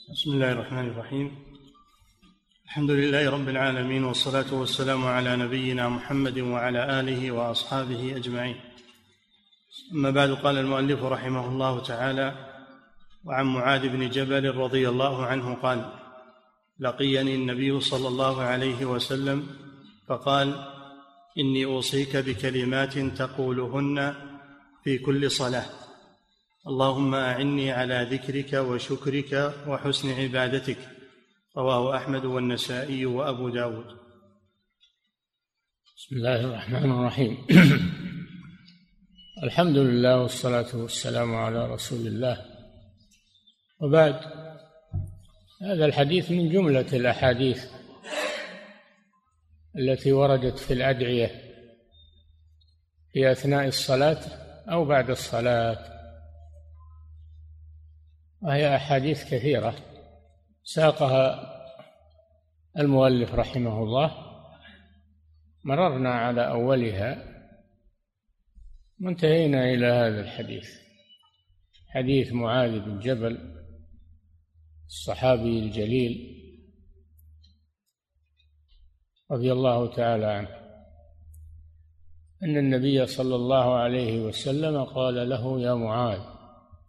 بسم الله الرحمن الرحيم. الحمد لله رب العالمين، والصلاة والسلام على نبينا محمد وعلى آله وأصحابه أجمعين. أما بعد، قال المؤلف رحمه الله تعالى: وعن معاذ بن جبل رضي الله عنه قال: لقيني النبي صلى الله عليه وسلم فقال: إني أوصيك بكلمات تقولهن في كل صلاة: اللهم أعني على ذكرك وشكرك وحسن عبادتك. رواه أحمد والنسائي وأبو داود. بسم الله الرحمن الرحيم. الحمد لله والصلاة والسلام على رسول الله، وبعد. هذا الحديث من جملة الأحاديث التي وردت في الأدعية في أثناء الصلاة أو بعد الصلاة، وهي أحاديث كثيرة ساقها المؤلف رحمه الله. مررنا على أولها وانتهينا إلى هذا الحديث، حديث معاذ بن جبل الصحابي الجليل رضي الله تعالى عنه، أن النبي صلى الله عليه وسلم قال له: يا معاذ،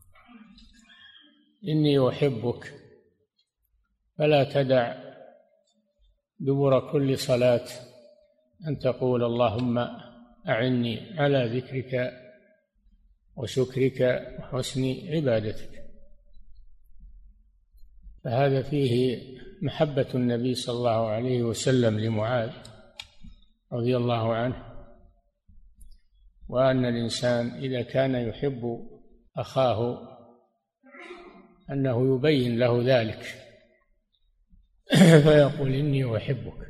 إني أحبك، فلا تدع دبر كل صلاة أن تقول اللهم أعني على ذكرك وشكرك وحسن عبادتك. فهذا فيه محبة النبي صلى الله عليه وسلم لمعاذ رضي الله عنه، وأن الإنسان إذا كان يحب أخاه أنه يبين له ذلك فيقول: إني أحبك.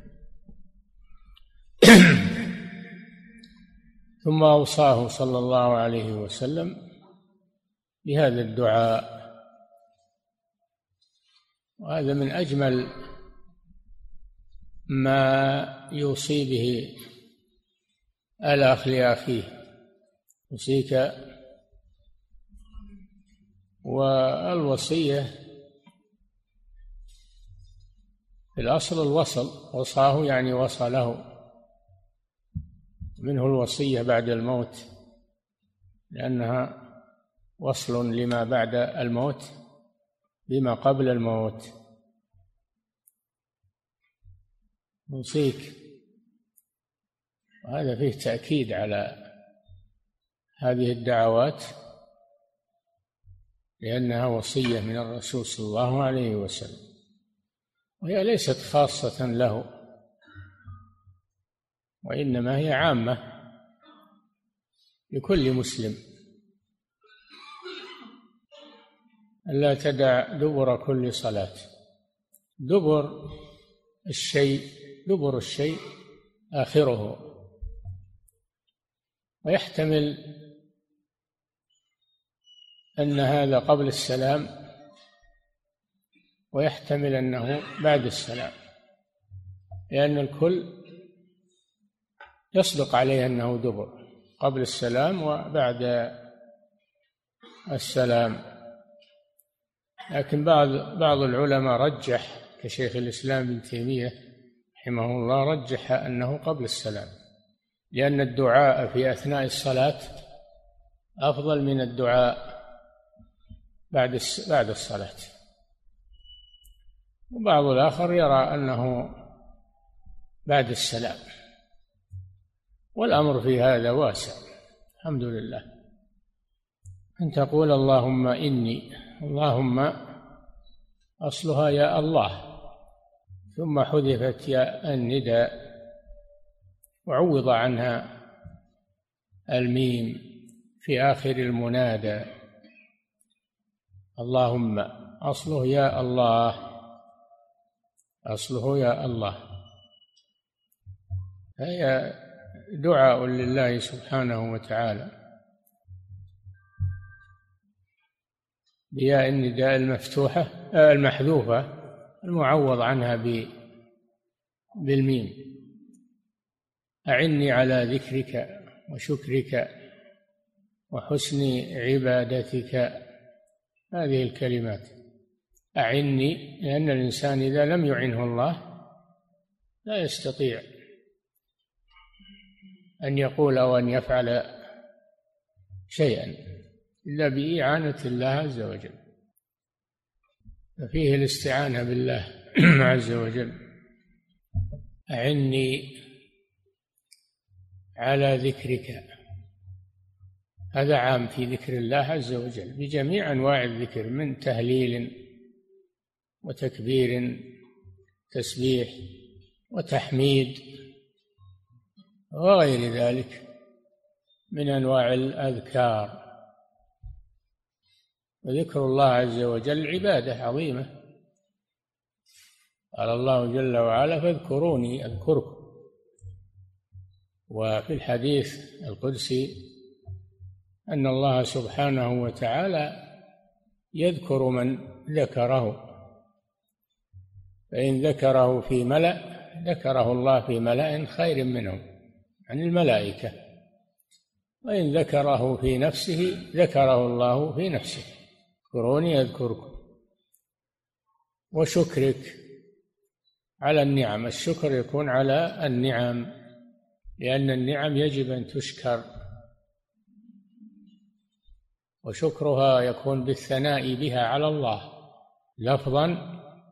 ثم أوصاه صلى الله عليه وسلم بهذا الدعاء، وهذا من أجمل ما يوصي به الأخ لأخيه: يوصيك. والوصية في الأصل الوصل، وصاه يعني وصله، منه الوصية بعد الموت، لأنها وصل لما بعد الموت بما قبل الموت. يوصيك، وهذا فيه تأكيد على هذه الدعوات، لأنها وصية من الرسول صلى الله عليه وسلم، وهي ليست خاصة له، وإنما هي عامة لكل مسلم: ألا تدع دبر كل صلاة. دبر الشيء آخره، ويحتمل أن هذا قبل السلام، ويحتمل أنه بعد السلام، لأن الكل يصدق عليه أنه دبر قبل السلام وبعد السلام. لكن بعض العلماء رجح، كشيخ الإسلام ابن تيمية رحمه الله، رجح أنه قبل السلام، لأن الدعاء في أثناء الصلاة أفضل من الدعاء بعد الصلاة. وبعض الآخر يرى أنه بعد السلام، والأمر في هذا واسع. الحمد لله. أن تقول اللهم إني، اللهم أصلها يا الله، ثم حذفت يا النداء وعوض عنها الميم في آخر المنادى. اللهم أصله يا الله، أصله يا الله. هي دعاء لله سبحانه وتعالى بياء النداء المحذوفة المعوض عنها بالميم: أعني على ذكرك وشكرك وحسن عبادتك. هذه الكلمات: أعني، لأن الإنسان إذا لم يعنه الله لا يستطيع أن يقول أو أن يفعل شيئا إلا بإعانة الله عز وجل. ففيه الاستعانة بالله عز وجل. أعني على ذكرك، هذا عام في ذكر الله عز وجل بجميع أنواع الذكر، من تهليل وتكبير، تسبيح وتحميد وغير ذلك من أنواع الأذكار. وذكر الله عز وجل عبادة عظيمة. قال الله جل وعلا: فاذكروني أذكركم. وفي الحديث القدسي أن الله سبحانه وتعالى يذكر من ذكره، فإن ذكره في ملأ ذكره الله في ملأ خير منهم عن الملائكة، وإن ذكره في نفسه ذكره الله في نفسه. اذكروني أذكركم. وشكرك على النعم، الشكر يكون على النعم، لأن النعم يجب أن تشكر، وشكرها يكون بالثناء بها على الله لفظا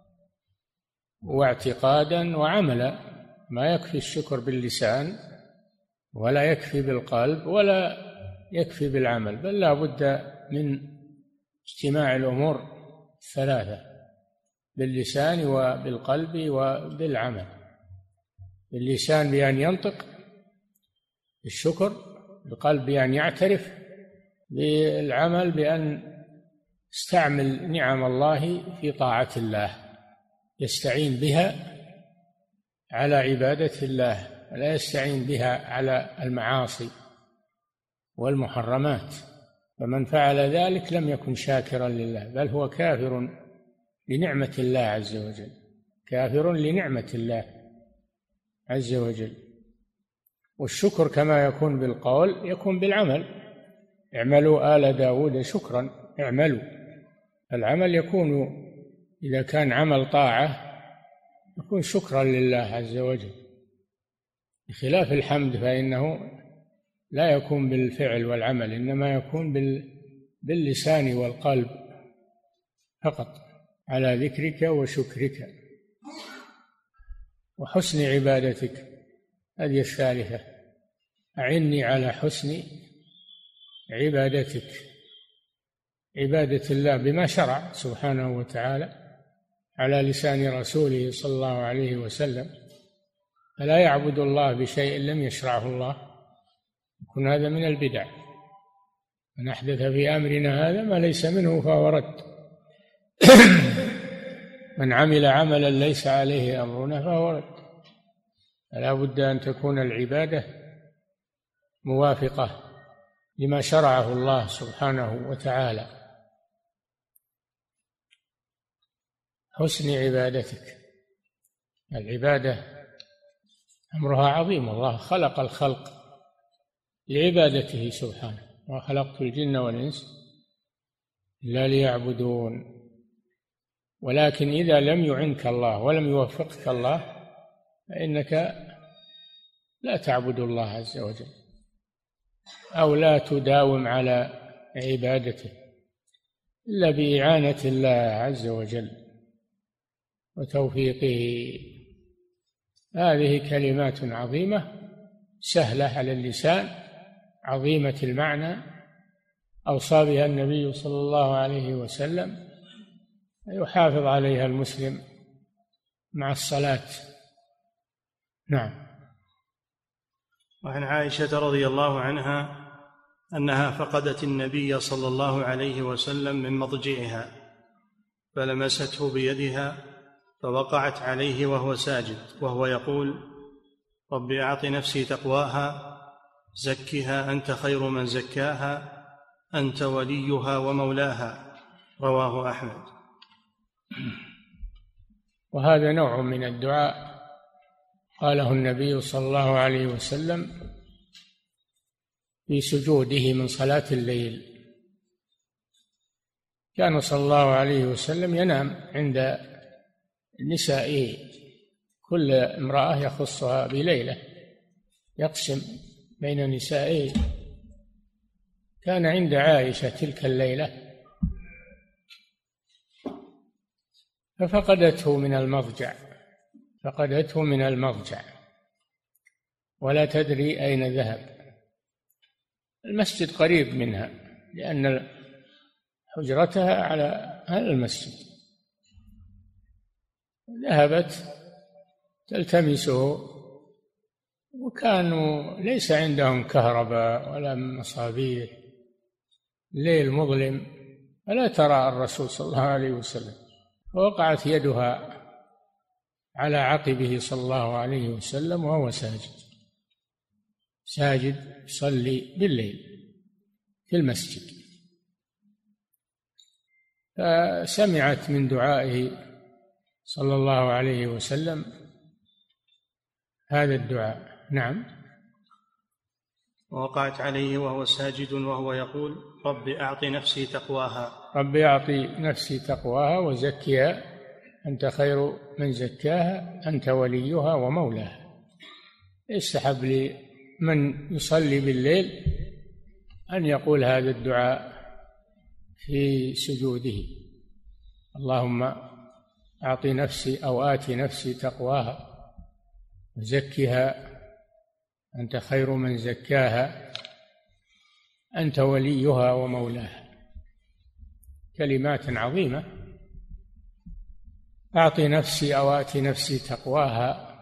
واعتقادا وعملا. ما يكفي الشكر باللسان، ولا يكفي بالقلب، ولا يكفي بالعمل، بل لا بد من اجتماع الأمور الثلاثة، باللسان وبالقلب وبالعمل. باللسان بأن ينطق بالشكر، بالقلب بأن يعترف، بالعمل بأن يستعمل نعم الله في طاعة الله، يستعين بها على عبادة الله، ولا يستعين بها على المعاصي والمحرمات. فمن فعل ذلك لم يكن شاكرا لله، بل هو كافر لنعمة الله عز وجل، كافر لنعمة الله عز وجل. والشكر كما يكون بالقول يكون بالعمل. اعملوا آل داود شكرا، اعملوا. العمل يكون إذا كان عمل طاعة يكون شكرا لله عز وجل، بخلاف الحمد فإنه لا يكون بالفعل والعمل، إنما يكون باللسان والقلب فقط، على ذكرك وشكرك وحسن عبادتك. هذه الثالثة: أعني على حسن عبادتك، عبادة الله بما شرع سبحانه وتعالى على لسان رسوله صلى الله عليه وسلم. فلا يعبد الله بشيء لم يشرعه الله، يكون هذا من البدع. من أحدث في أمرنا هذا ما ليس منه فهو رد. من عمل عملا ليس عليه أمرنا فهو رد. فلا بد أن تكون العبادة موافقة لما شرعه الله سبحانه وتعالى. حسن عبادتك، العبادة أمرها عظيم. الله خلق الخلق لعبادته سبحانه: وخلقت الجن والإنس إلا ليعبدون. ولكن إذا لم يعنك الله ولم يوفقك الله فإنك لا تعبد الله عز وجل، أو لا تداوم على عبادته إلا بإعانة الله عز وجل وتوفيقه. هذه كلمات عظيمة سهلة على اللسان، عظيمة المعنى، أوصى بها النبي صلى الله عليه وسلم، يحافظ عليها المسلم مع الصلاة. نعم. وعن عائشة رضي الله عنها أنها فقدت النبي صلى الله عليه وسلم من مضجعها، فلمسته بيدها فوقعت عليه وهو ساجد وهو يقول: رب أعط نفسي تقواها، زكها أنت خير من زكاها، أنت وليها ومولاها. رواه أحمد. وهذا نوع من الدعاء قاله النبي صلى الله عليه وسلم في سجوده من صلاة الليل: كان صلى الله عليه وسلم ينام عند نسائه، كل امرأة يخصها بليلة، يقسم بين نسائه. كان عند عائشة تلك الليلة ففقدته من المضجع ولا تدري أين ذهب. المسجد قريب منها لأن حجرتها على هذا المسجد. ذهبت تلتمسه، وكانوا ليس عندهم كهرباء ولا مصابيح، الليل مظلم فلا ترى الرسول صلى الله عليه وسلم، فوقعت يدها على عقبه صلى الله عليه وسلم وهو ساجد يصلي بالليل في المسجد، فسمعت من دعائه صلى الله عليه وسلم هذا الدعاء. نعم. ووقعت عليه وهو ساجد وهو يقول: رب أعط نفسي تقواها. رب أعط نفسي تقواها وزكها أنت خير من زكاها أنت وليها ومولاها. يستحب لمن يصلي بالليل أن يقول هذا الدعاء في سجوده: اللهم أعط نفسي أو آت نفسي تقواها وزكها أنت خير من زكاها أنت وليها ومولاها. كلمات عظيمة. أعط نفسي أو آت نفسي تقواها،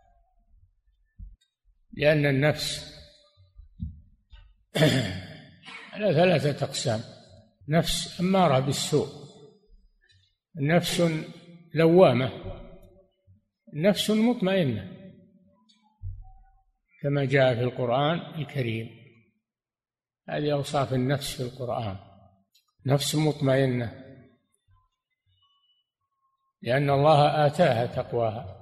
لأن النفس على 3 أقسام: نفس أمارة بالسوء، نفس لوامة، نفس مطمئنة كما جاء في القرآن الكريم. هذه أوصاف النفس في القرآن: نفس مطمئنة لأن الله آتاها تقواها.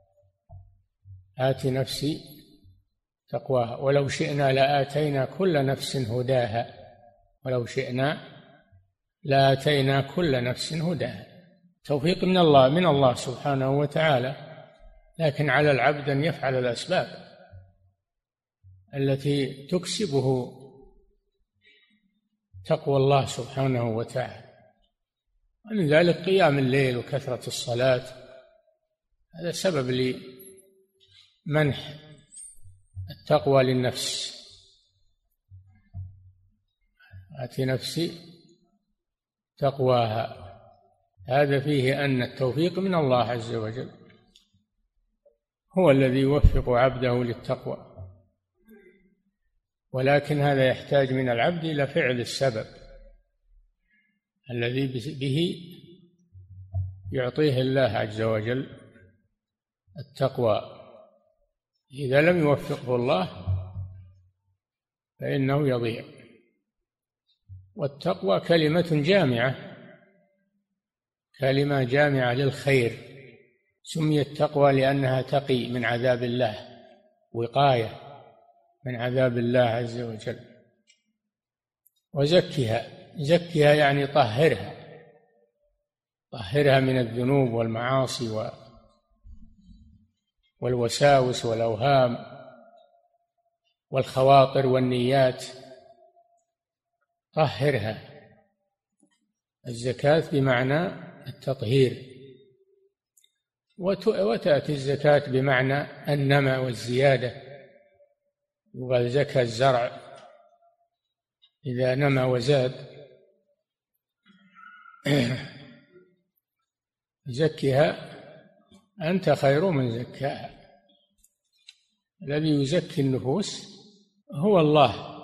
آت نفسي تقواها ولو شئنا لآتينا كل نفس هداها، ولو شئنا لآتينا كل نفس هداها. توفيق من الله سبحانه وتعالى، لكن على العبد أن يفعل الأسباب التي تكسبه تقوى الله سبحانه وتعالى. ومن ذلك قيام الليل وكثرة الصلاة، هذا سبب لمنح التقوى للنفس. آت نفسي تقواها، هذا فيه أن التوفيق من الله عز وجل، هو الذي يوفق عبده للتقوى، ولكن هذا يحتاج من العبد إلى فعل السبب الذي به يعطيه الله عز وجل التقوى. إذا لم يوفقه الله فإنه يضيع. والتقوى كلمة جامعة، كلمة جامعة للخير. سميت تقوى لأنها تقي من عذاب الله، وقاية من عذاب الله عز وجل. وزكها، زكها يعني طهرها من الذنوب والمعاصي والوساوس والأوهام والخواطر والنيات. طهرها. الزكاة بمعنى التطهير، وتأتي الزكاة بمعنى النمى والزيادة. يقال زكى الزرع إذا نمى وزاد. زكها أنت خير من زكاها. الذي يزكي النفوس هو الله،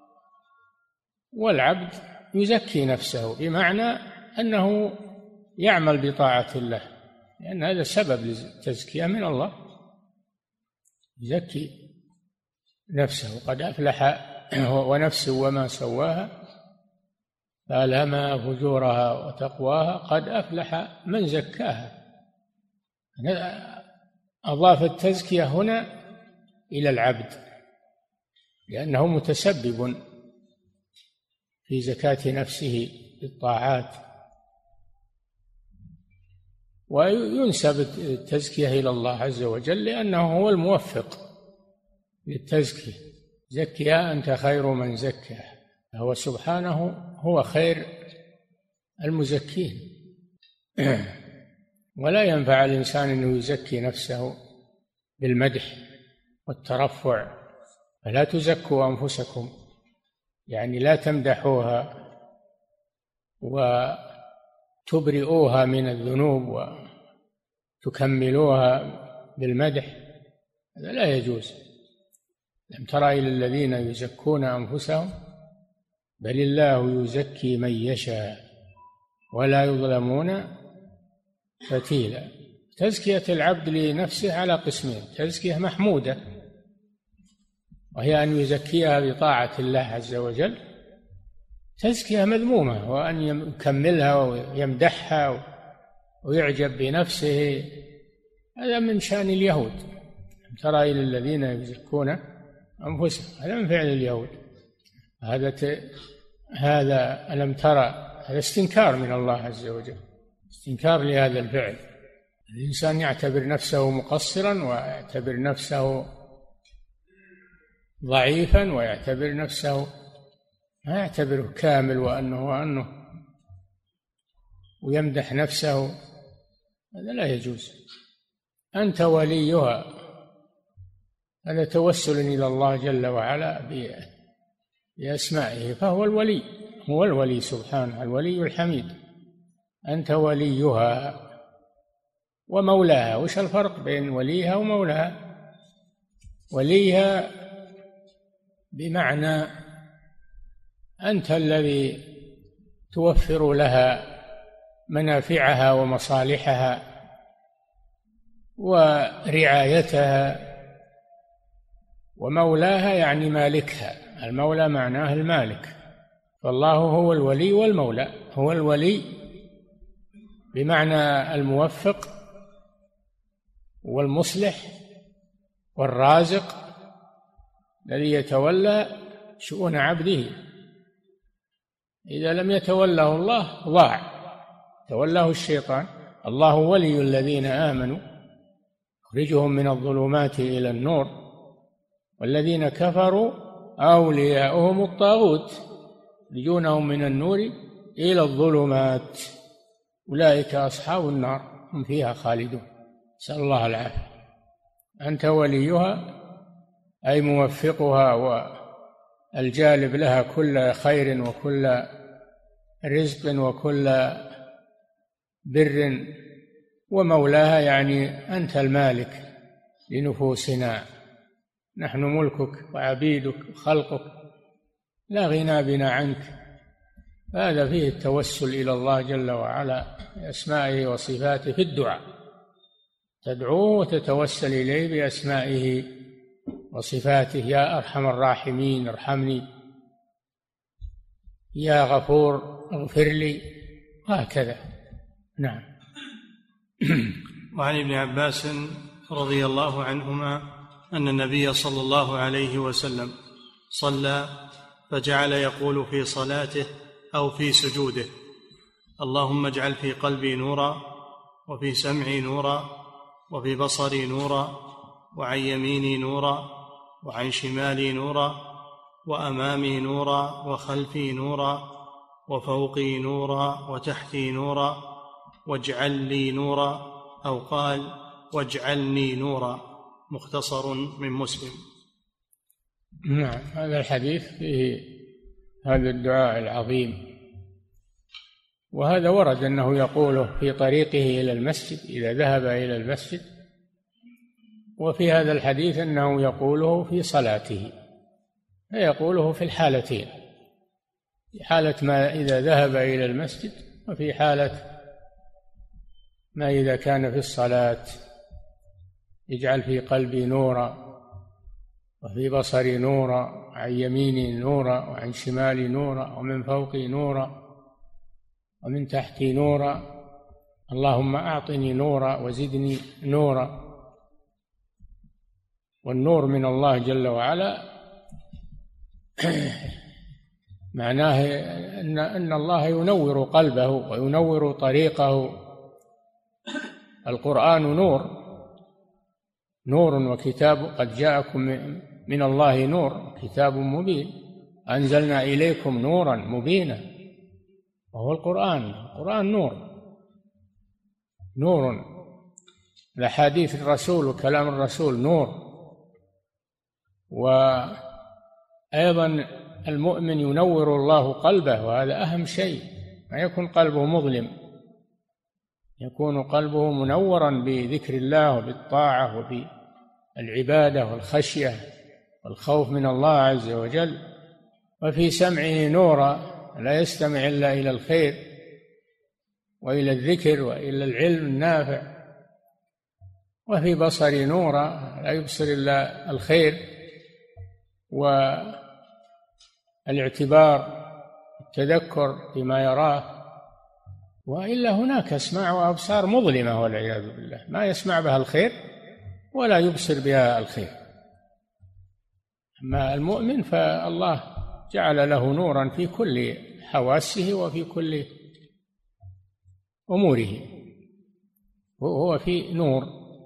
والعبد يزكي نفسه بمعنى أنه يعمل بطاعة الله، لأن هذا سبب للتزكية من الله. يزكي نفسه. قد أفلح ونفس وما سواها فألهمها فجورها وتقواها قد أفلح من زكاها. أضاف التزكية هنا إلى العبد لأنه متسبب في زكاة نفسه بالطاعات وينسب التزكية إلى الله عز وجل لأنه هو الموفق للتزكية. زكها أنت خير من زكاها، هو سبحانه هو خير المزكين. ولا ينفع الإنسان أنه يزكي نفسه بالمدح والترفع، فلا تزكوا أنفسكم، يعني لا تمدحوها وتبرئوها من الذنوب وتكملوها بالمدح، هذا لا يجوز. لم تر إلى الذين يزكون أنفسهم بل الله يزكي من يشاء ولا يظلمون فتيلا. تزكية العبد لنفسه على قسمين: تزكية محمودة وهي أن يزكيها بطاعة الله عز وجل، تزكية مذمومة وأن يكملها ويمدحها ويعجب بنفسه، هذا من شأن اليهود. ترى إلى الذين يزكون أنفسهم، هذا من فعل اليهود. هذا ألم ترى، هذا استنكار من الله عز وجل، استنكار لهذا الفعل. الإنسان يعتبر نفسه مقصرا ويعتبر نفسه ضعيفا ويعتبر نفسه، ما يعتبره كامل وأنه ويمدح نفسه، هذا لا يجوز. أنت وليها، هذا توسل إلى الله جل وعلا بأسمائه، فهو الولي، هو الولي سبحانه، الولي الحميد. أنت وليها ومولاها. وش الفرق بين وليها ومولاها؟ وليها بمعنى أنت الذي توفر لها منافعها ومصالحها ورعايتها، ومولاها يعني مالكها. المولى معناه المالك، فالله هو الولي والمولى. هو الولي بمعنى الموفق والمصلح والرازق الذي يتولى شؤون عبده. إذا لم يتوله الله ضاع، تولاه الشيطان. الله ولي الذين آمنوا يخرجهم من الظلمات إلى النور، والذين كفروا أولياؤهم الطاغوت يخرجونهم من النور إلى الظلمات، أولئك أصحاب النار هم فيها خالدون، نسأل الله العافية. أنت وليها أي موفقها والجالب لها كل خير وكل رزق وكل بر، ومولاها يعني أنت المالك لنفوسنا، نحن ملكك وعبيدك وخلقك، لا غنى بنا عنك. هذا فيه التوسل إلى الله جل وعلا بأسمائه وصفاته في الدعاء، تدعوه وتتوسل إليه بأسمائه وصفاته: يا أرحم الراحمين ارحمني، يا غفور اغفر لي، هكذا. نعم. وعن ابن عباس رضي الله عنهما أن النبي صلى الله عليه وسلم صلى فجعل يقول في صلاته أو في سجوده: اللهم اجعل في قلبي نورا، وفي سمعي نورا، وفي بصري نورا، وعن يميني نورا، وعن شمالي نورا، وأمامي نورا، وخلفي نورا، وفوقي نورا، وتحتي نورا، واجعل لي نورا، أو قال واجعلني نورا. مختصر من مسلم. نعم. هذا الحديث فيه هذا الدعاء العظيم، وهذا ورد أنه يقوله في طريقه إلى المسجد إذا ذهب إلى المسجد، وفي هذا الحديث أنه يقوله في صلاته، فيقوله في الحالتين: في حالة ما إذا ذهب إلى المسجد، وفي حالة ما إذا كان في الصلاة: اجعل في قلبي نورا، وفي بصري نورا، عن يميني نورا، وعن شمالي نورا، ومن فوقي نورا، ومن تحتي نورا، اللهم أعطني نورا وزدني نورا. والنور من الله جل وعلا معناه أن الله ينور قلبه وينور طريقه القرآن نور وكتاب قد جاءكم من الله نور كتاب مبين أنزلنا إليكم نورا مبينا وهو القرآن نور لحديث الرسول وكلام الرسول نور. وأيضا المؤمن ينور الله قلبه وهذا أهم شيء، ما يكون قلبه مظلم، يكون قلبه منورا بذكر الله وبالطاعة وبالعبادة والخشية والخوف من الله عز وجل، وفي سمعه نورا لا يستمع إلا إلى الخير وإلى الذكر وإلى العلم النافع، وفي بصر نورا لا يبصر إلا الخير والاعتبار التذكر فيما يراه، وإلا هناك أسماع وأبصار مظلمة والعياذ بالله ما يسمع بها الخير ولا يبصر بها الخير. أما المؤمن فالله جعل له نورا في كل حواسه وفي كل أموره، هو في نور.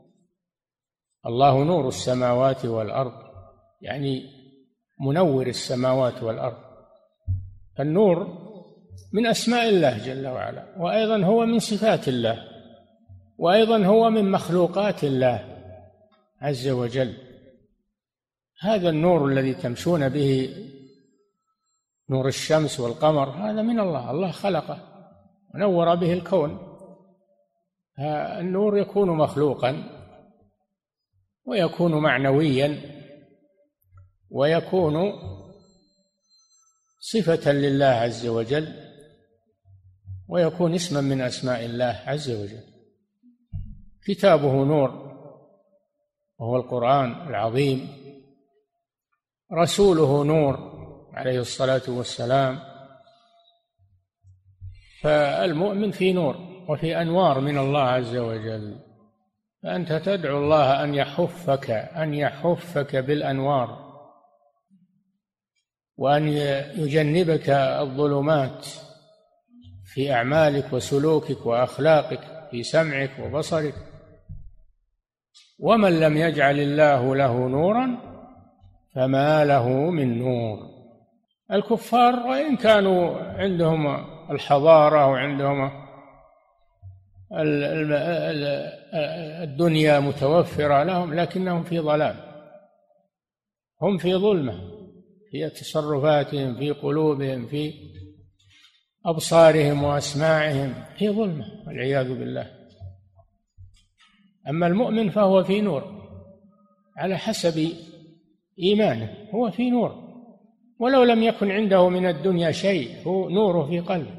الله نور السماوات والأرض، يعني منور السماوات والأرض. النور من أسماء الله جل وعلا، وأيضا هو من صفات الله، وأيضا هو من مخلوقات الله عز وجل. هذا النور الذي تمشون به نور الشمس والقمر هذا من الله، الله خلقه ونور به الكون. النور يكون مخلوقا ويكون معنويا ويكون صفة لله عز وجل ويكون اسما من أسماء الله عز وجل. كتابه نور وهو القرآن العظيم، رسوله نور عليه الصلاة والسلام. فالمؤمن في نور وفي أنوار من الله عز وجل، فأنت تدعو الله أن يحفك بالأنوار وأن يجنبك الظلمات في أعمالك وسلوكك وأخلاقك، في سمعك وبصرك. ومن لم يجعل الله له نورا فما له من نور. الكفار وإن كانوا عندهم الحضارة وعندهم الدنيا متوفرة لهم لكنهم في ضلال، هم في ظلمة في تصرفاتهم، في قلوبهم، في أبصارهم وأسماعهم، في ظلمة والعياذ بالله. أما المؤمن فهو في نور على حسب إيمانه، هو في نور ولو لم يكن عنده من الدنيا شيء، هو نوره في قلبه،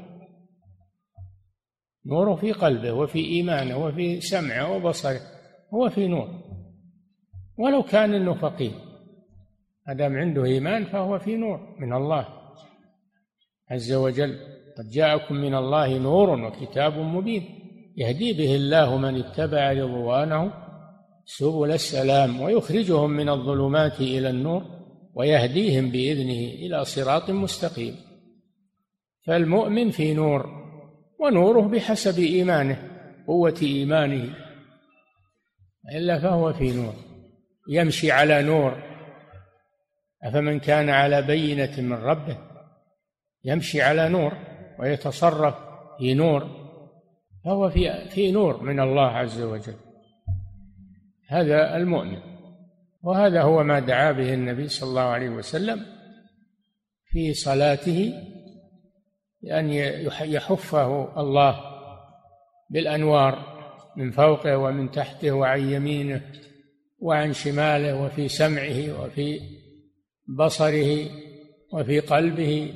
نوره في قلبه وفي إيمانه وفي سمعه وبصره، هو في نور ولو كان إنه فقير، ما دام عنده إيمان فهو في نور من الله عز وجل. قد جاءكم من الله نور وكتاب مبين يهدي به الله من اتبع رضوانه سبل السلام ويخرجهم من الظلمات إلى النور ويهديهم بإذنه إلى صراط مستقيم. فالمؤمن في نور، ونوره بحسب إيمانه، قوة إيمانه، إلا فهو في نور يمشي على نور. أفمن كان على بينة من ربه يمشي على نور ويتصرف في نور، فهو في نور من الله عز وجل. هذا المؤمن، وهذا هو ما دعا به النبي صلى الله عليه وسلم في صلاته، أن يحفه الله بالأنوار من فوقه ومن تحته وعن يمينه وعن شماله، وفي سمعه وفي بصره وفي قلبه.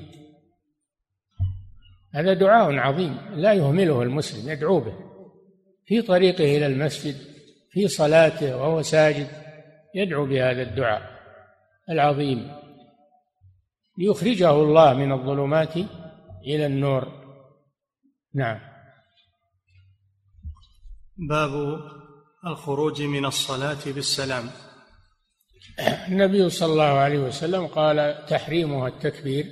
هذا دعاء عظيم لا يهمله المسلم، يدعو به في طريقه إلى المسجد، في صلاته وهو ساجد، يدعو بهذا الدعاء العظيم ليخرجه الله من الظلمات إلى النور. نعم. باب الخروج من الصلاة بالسلام. النبي صلى الله عليه وسلم قال: تحريمها التكبير،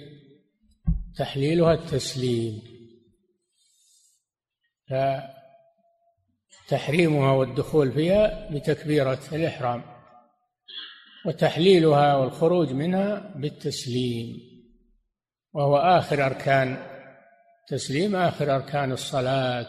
تحليلها التسليم. تحريمها والدخول فيها بتكبيرة الإحرام، وتحليلها والخروج منها بالتسليم، وهو آخر أركان التسليم، آخر أركان الصلاة.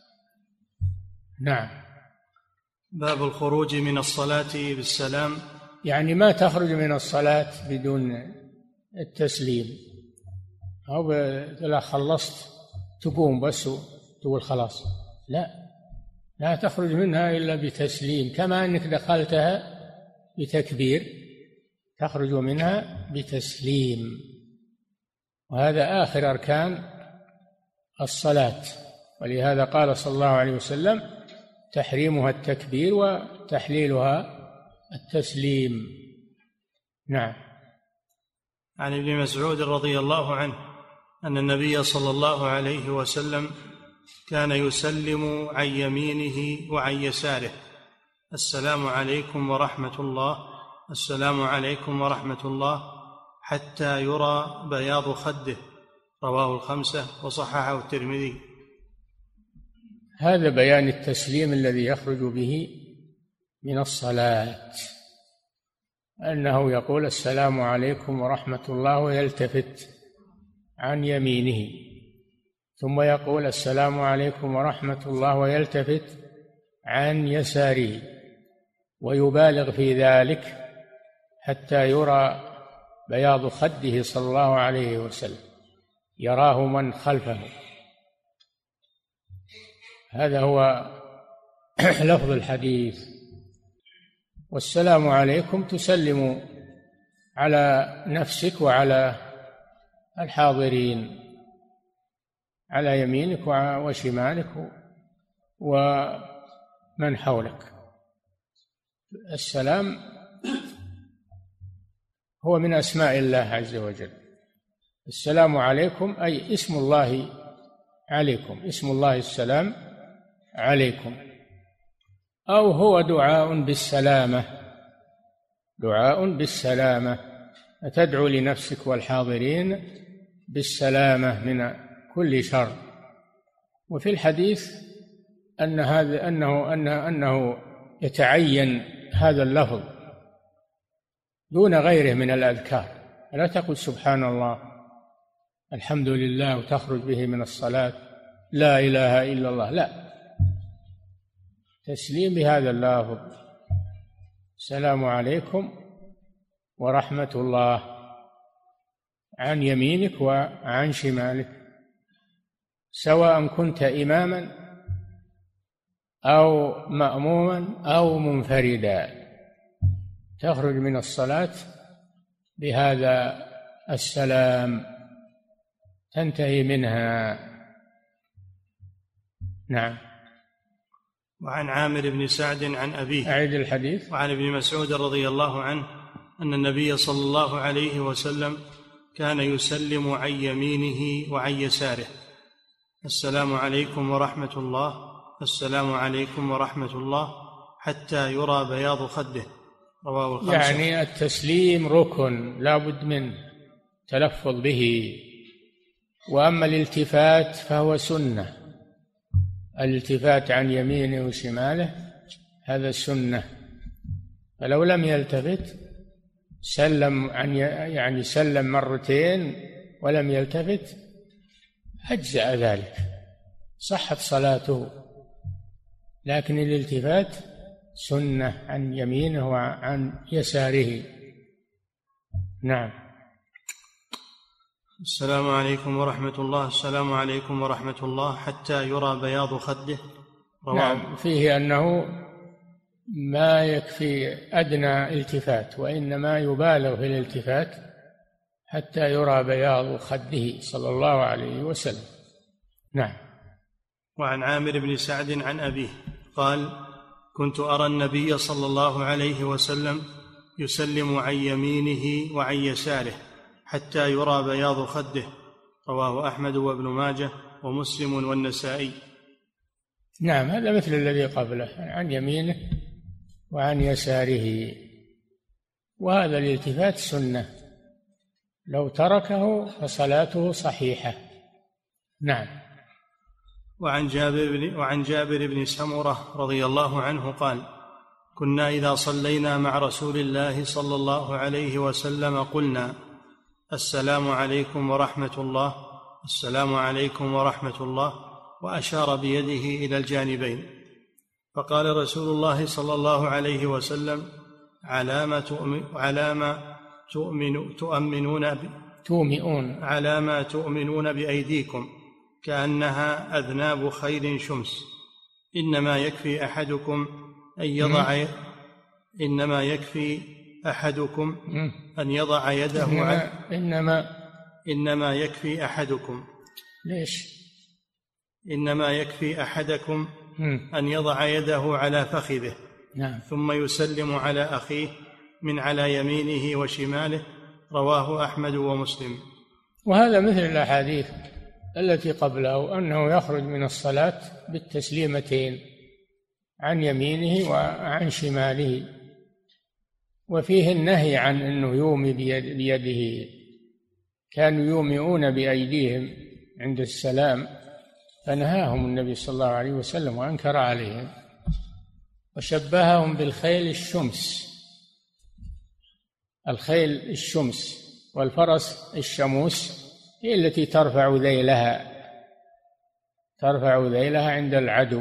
نعم. باب الخروج من الصلاة بالسلام، يعني ما تخرج من الصلاة بدون التسليم، أو إذا خلصت تقوم بس وتقول خلاص، لا تخرج منها إلا بتسليم، كما أنك دخلتها بتكبير تخرج منها بتسليم، وهذا آخر أركان الصلاة. ولهذا قال صلى الله عليه وسلم: تحريمها التكبير وتحليلها التسليم. نعم. عن ابن مسعود رضي الله عنه أن النبي صلى الله عليه وسلم كان يسلم عن يمينه وعن يساره: السلام عليكم ورحمة الله، السلام عليكم ورحمة الله، حتى يرى بياض خده. رواه الخمسة وصححه الترمذي. هذا بيان التسليم الذي يخرج به من الصلاة، أنه يقول: السلام عليكم ورحمة الله، ويلتفت عن يمينه، ثم يقول: السلام عليكم ورحمة الله، ويلتفت عن يساره، ويبالغ في ذلك حتى يرى بياض خده صلى الله عليه وسلم، يراه من خلفه. هذا هو لفظ الحديث. والسلام عليكم تسلم على نفسك وعلى الحاضرين، على يمينك وشمالك ومن حولك. السلام هو من أسماء الله عز وجل. السلام عليكم أي اسم الله عليكم، اسم الله السلام عليكم، أو هو دعاء بالسلامة، دعاء بالسلامة، تدعو لنفسك والحاضرين بالسلامة من كل شر. وفي الحديث أنه يتعين هذا اللفظ دون غيره من الأذكار، لا تقل سبحان الله، الحمد لله، وتخرج به من الصلاة، لا إله إلا الله، لا، تسليم بهذا اللفظ: السلام عليكم ورحمة الله، عن يمينك وعن شمالك، سواء كنت إماما أو مأموما أو منفردا، تخرج من الصلاة بهذا السلام، تنتهي منها. نعم. وعن عامر بن سعد عن أبيه، أعيد الحديث. وعن ابن مسعود رضي الله عنه أن النبي صلى الله عليه وسلم كان يسلم عن يمينه وعن يساره: السلام عليكم ورحمة الله، السلام عليكم ورحمة الله، حتى يرى بياض خده. رواه الخمسة. يعني التسليم ركن لا بد من تلفظ به، وأما الالتفات فهو سنة، الالتفات عن يمينه وشماله هذا سنة، فلو لم يلتفت سلم يعني سلم مرتين ولم يلتفت أجزأ ذلك، صحت صلاته، لكن الالتفات سنة عن يمينه وعن يساره. نعم. السلام عليكم ورحمة الله، السلام عليكم ورحمة الله، حتى يرى بياض خده. نعم، فيه أنه ما يكفي أدنى التفات، وإنما يبالغ في الالتفات حتى يرى بياض خده صلى الله عليه وسلم. نعم. وعن عامر بن سعد عن أبيه قال: كنت أرى النبي صلى الله عليه وسلم يسلم عن يمينه وعن يساره حتى يرى بياض خده. رواه أحمد وابن ماجه ومسلم والنسائي. نعم، هذا مثل الذي قبله، عن يمينه وعن يساره، وهذا الالتفات سنة، لو تركه فصلاته صحيحة. نعم. وعن جابر بن سمرة رضي الله عنه قال: كنا إذا صلينا مع رسول الله صلى الله عليه وسلم قلنا: السلام عليكم ورحمة الله، السلام عليكم ورحمة الله، وأشار بيده إلى الجانبين. فقال رسول الله صلى الله عليه وسلم: على ما تؤمنون بأيديكم كأنها أذناب خيل شمس، إنما يكفي أحدكم أن يضع يده إنما يكفي أحدكم إنما يكفي أحدكم أن يضع يده على فخذه، نعم. ثم يسلم على أخيه من على يمينه وشماله. رواه أحمد ومسلم. وهذا مثل الأحاديث التي قبله، أنه يخرج من الصلاة بالتسليمتين عن يمينه وعن شماله، وفيه النهي عن أنه يومي بيده. كانوا يومئون بأيديهم عند السلام، فنهاهم النبي صلى الله عليه وسلم وأنكر عليهم، وشبههم بالخيل الشمس. الخيل الشمس والفرس الشموس هي التي ترفع ذيلها عند العدو،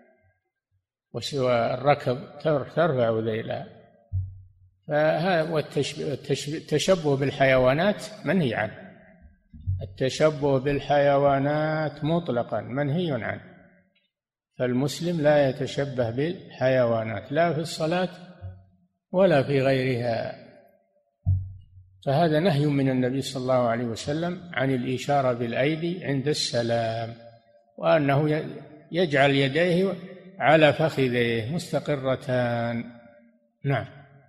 والركب ترفع ذيلها. فهذا التشبه بالحيوانات منهي عنه. التشبه بالحيوانات مطلقا منهي عنه، فالمسلم لا يتشبه بالحيوانات لا في الصلاة ولا في غيرها. فهذا نهي من النبي صلى الله عليه وسلم عن الإشارة بالأيدي عند السلام، وأنه يجعل يديه على فخذيه مستقرتان. نعم.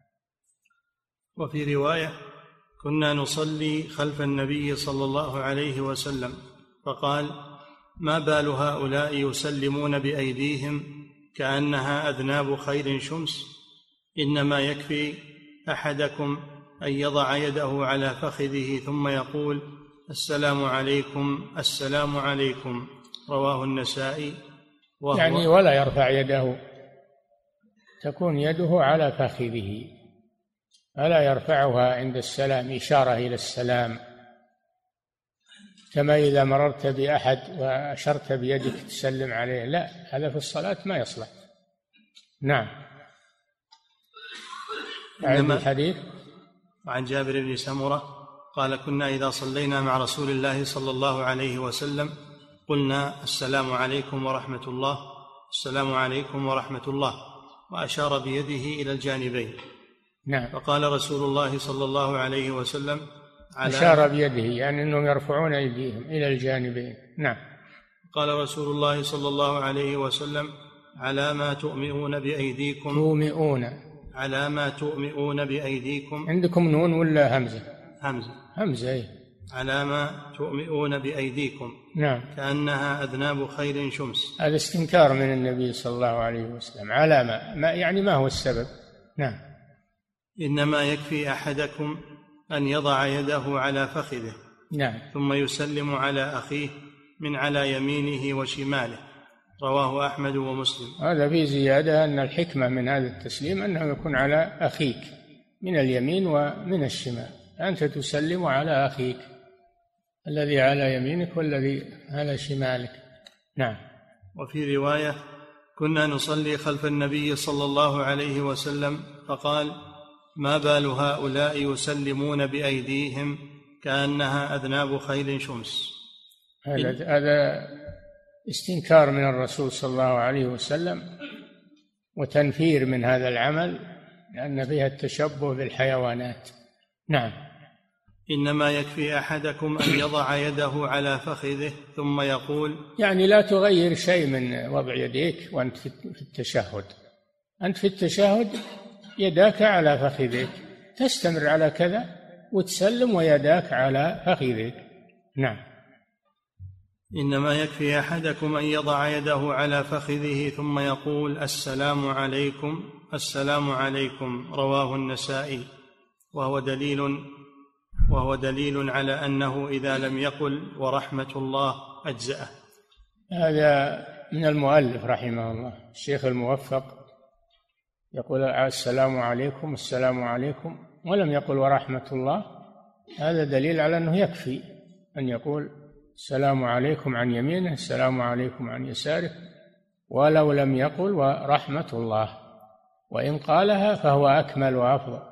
وفي رواية: كنا نصلي خلف النبي صلى الله عليه وسلم فقال: ما بال هؤلاء يسلمون بأيديهم كأنها أذناب خيل شمس، إنما يكفي أحدكم أن يضع يده على فخذه ثم يقول: السلام عليكم، السلام عليكم. رواه النسائي. يعني ولا يرفع يده، تكون يده على فخذه، فلا يرفعها عند السلام إشارة إلى السلام، كما إذا مررت بأحد وأشرت بيدك تسلم عليه، لا، هذا في الصلاة ما يصلح. نعم. الحديث عن جابر بن سمرة قال: كنا إذا صلينا مع رسول الله صلى الله عليه وسلم قلنا: السلام عليكم ورحمة الله، السلام عليكم ورحمة الله، وأشار بيده إلى الجانبين. نعم. فقال رسول الله صلى الله عليه وسلم: أشار بيده يعني أنهم يرفعون أيديهم إلى الجانبين. نعم. قال رسول الله صلى الله عليه وسلم: على ما تؤمئون بأيديكم. على ما تؤمئون بأيديكم. عندكم نون ولا همزة؟ همزة. أي. على ما تؤمئون بأيديكم. نعم. كأنها أذناب خيل شمس. هذا استنكار من النبي صلى الله عليه وسلم. على ما يعني ما هو السبب؟ نعم. إنما يكفي أحدكم أن يضع يده على فخذه. نعم. ثم يسلم على أخيه من على يمينه وشماله. رواه أحمد ومسلم. هذا فيه زيادة أن الحكمة من هذا التسليم أنه يكون على أخيك من اليمين ومن الشمال، أنت تسلم على أخيك الذي على يمينك والذي على شمالك. نعم. وفي رواية: كنا نصلي خلف النبي صلى الله عليه وسلم فقال: ما بال هؤلاء يسلمون بأيديهم كأنها أذناب خيل شمس. هذا استنكار من الرسول صلى الله عليه وسلم وتنفير من هذا العمل، لأن فيها التشبه بالحيوانات. نعم. إنما يكفي أحدكم أن يضع يده على فخذه ثم يقول، يعني لا تغير شيء من وضع يديك وأنت في التشهد. أنت في التشهد يداك على فخذك، تستمر على كذا وتسلم ويداك على فخذك. نعم. إنما يكفي أحدكم أن يضع يده على فخذه ثم يقول: السلام عليكم، السلام عليكم. رواه النسائي. وهو دليل على أنه إذا لم يقل ورحمة الله أجزأه. هذا من المؤلف رحمه الله الشيخ الموفق، يقول السلام عليكم السلام عليكم ولم يقل ورحمة الله. هذا دليل على أنه يكفي أن يقول السلام عليكم عن يمينه السلام عليكم عن يساره، ولو لم يقل ورحمة الله، وإن قالها فهو أكمل وأفضل.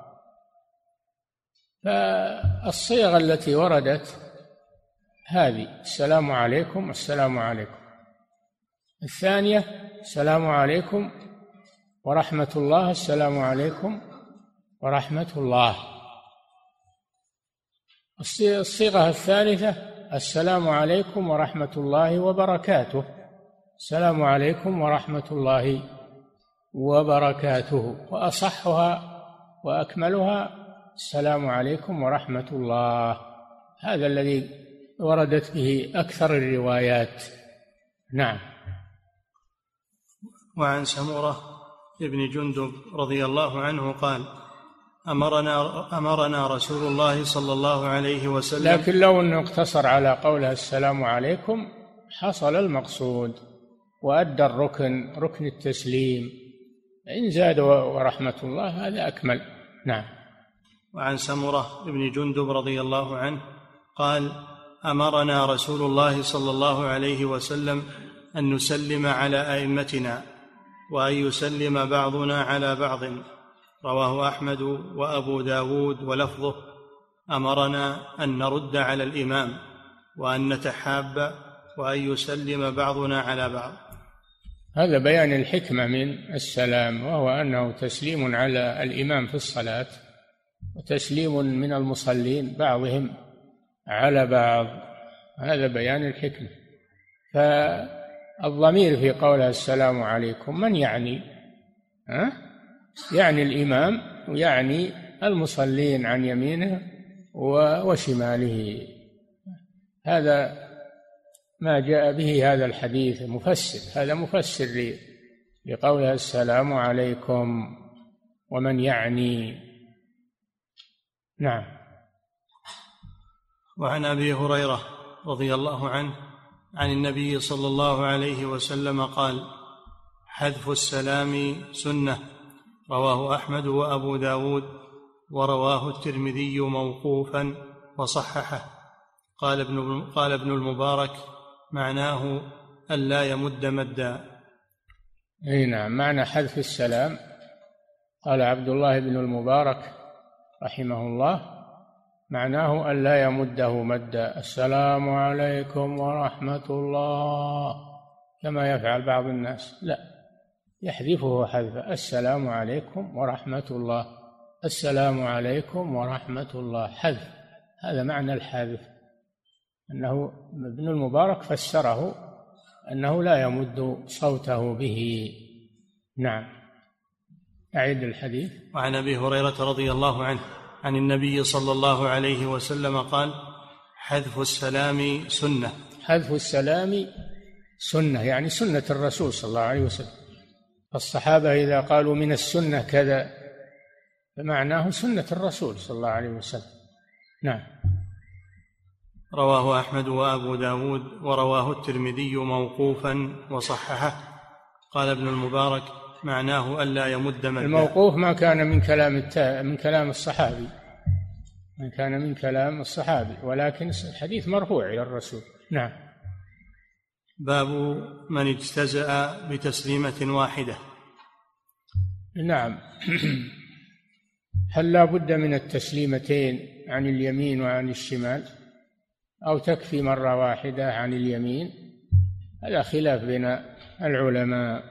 فالصيغ التي وردت هذه السلام عليكم السلام عليكم، الثانية السلام عليكم ورحمة الله السلام عليكم ورحمة الله، الصيغة الثالثة السلام عليكم ورحمة الله وبركاته، السلام عليكم ورحمة الله وبركاته، وأصحها وأكملها السلام عليكم ورحمة الله. هذا الذي وردت به أكثر الروايات. نعم. وعن سمرة ابن جندب رضي الله عنه قال أمرنا رسول الله صلى الله عليه وسلم، لكن لو أنه اقتصر على قولها السلام عليكم حصل المقصود وأدى ركن التسليم، إن زاد ورحمة الله هذا أكمل. نعم. وعن سمرة ابن جندب رضي الله عنه قال أمرنا رسول الله صلى الله عليه وسلم أن نسلم على أئمتنا وأن يسلم بعضنا على بعض. رواه أحمد وأبو داود ولفظه أمرنا أن نرد على الإمام وأن نتحاب وأن يسلم بعضنا على بعض. هذا بيان الحكمة من السلام، وهو أنه تسليم على الإمام في الصلاة وتسليم من المصلين بعضهم على بعض، هذا بيان الحكمة. فالضمير في قولها السلام عليكم من يعني؟ يعني الإمام ويعني المصلين عن يمينه وشماله. هذا ما جاء به هذا الحديث مفسر، هذا مفسر لقولها السلام عليكم ومن يعني. نعم. وعن أبي هريرة رضي الله عنه عن النبي صلى الله عليه وسلم قال حذف السلام سنة. رواه أحمد وأبو داود ورواه الترمذي موقوفا وصححه. قال ابن المبارك معناه ألا يمد مدا. أي نعم، معنى حذف السلام قال عبد الله بن المبارك رحمه الله معناه ألا يمده مدا، السلام عليكم ورحمة الله كما يفعل بعض الناس، لا، يحذفه حذفا، السلام عليكم ورحمة الله، السلام عليكم ورحمة الله، حذف. هذا معنى الحذف، أنه ابن المبارك فسره أنه لا يمد صوته به. نعم. أعد الحديث. وعن أبي هريرة رضي الله عنه عن النبي صلى الله عليه وسلم قال حذف السلام سنة. حذف السلام سنة يعني سنة الرسول صلى الله عليه وسلم، فالصحابة إذا قالوا من السنة كذا فمعناه سنة الرسول صلى الله عليه وسلم. نعم. رواه أحمد وأبو داود ورواه الترمذي موقوفا وصححه. قال ابن المبارك معناه ألا يمد مدا. الموقوف ما كان من كلام الصحابي، ما كان من كلام الصحابي، ولكن الحديث مرفوع إلى الرسول. نعم. باب من اجتزأ بتسليمة واحدة. نعم. هل لا بد من التسليمتين عن اليمين وعن الشمال، أو تكفي مرة واحدة عن اليمين؟ هذا خلاف بين العلماء،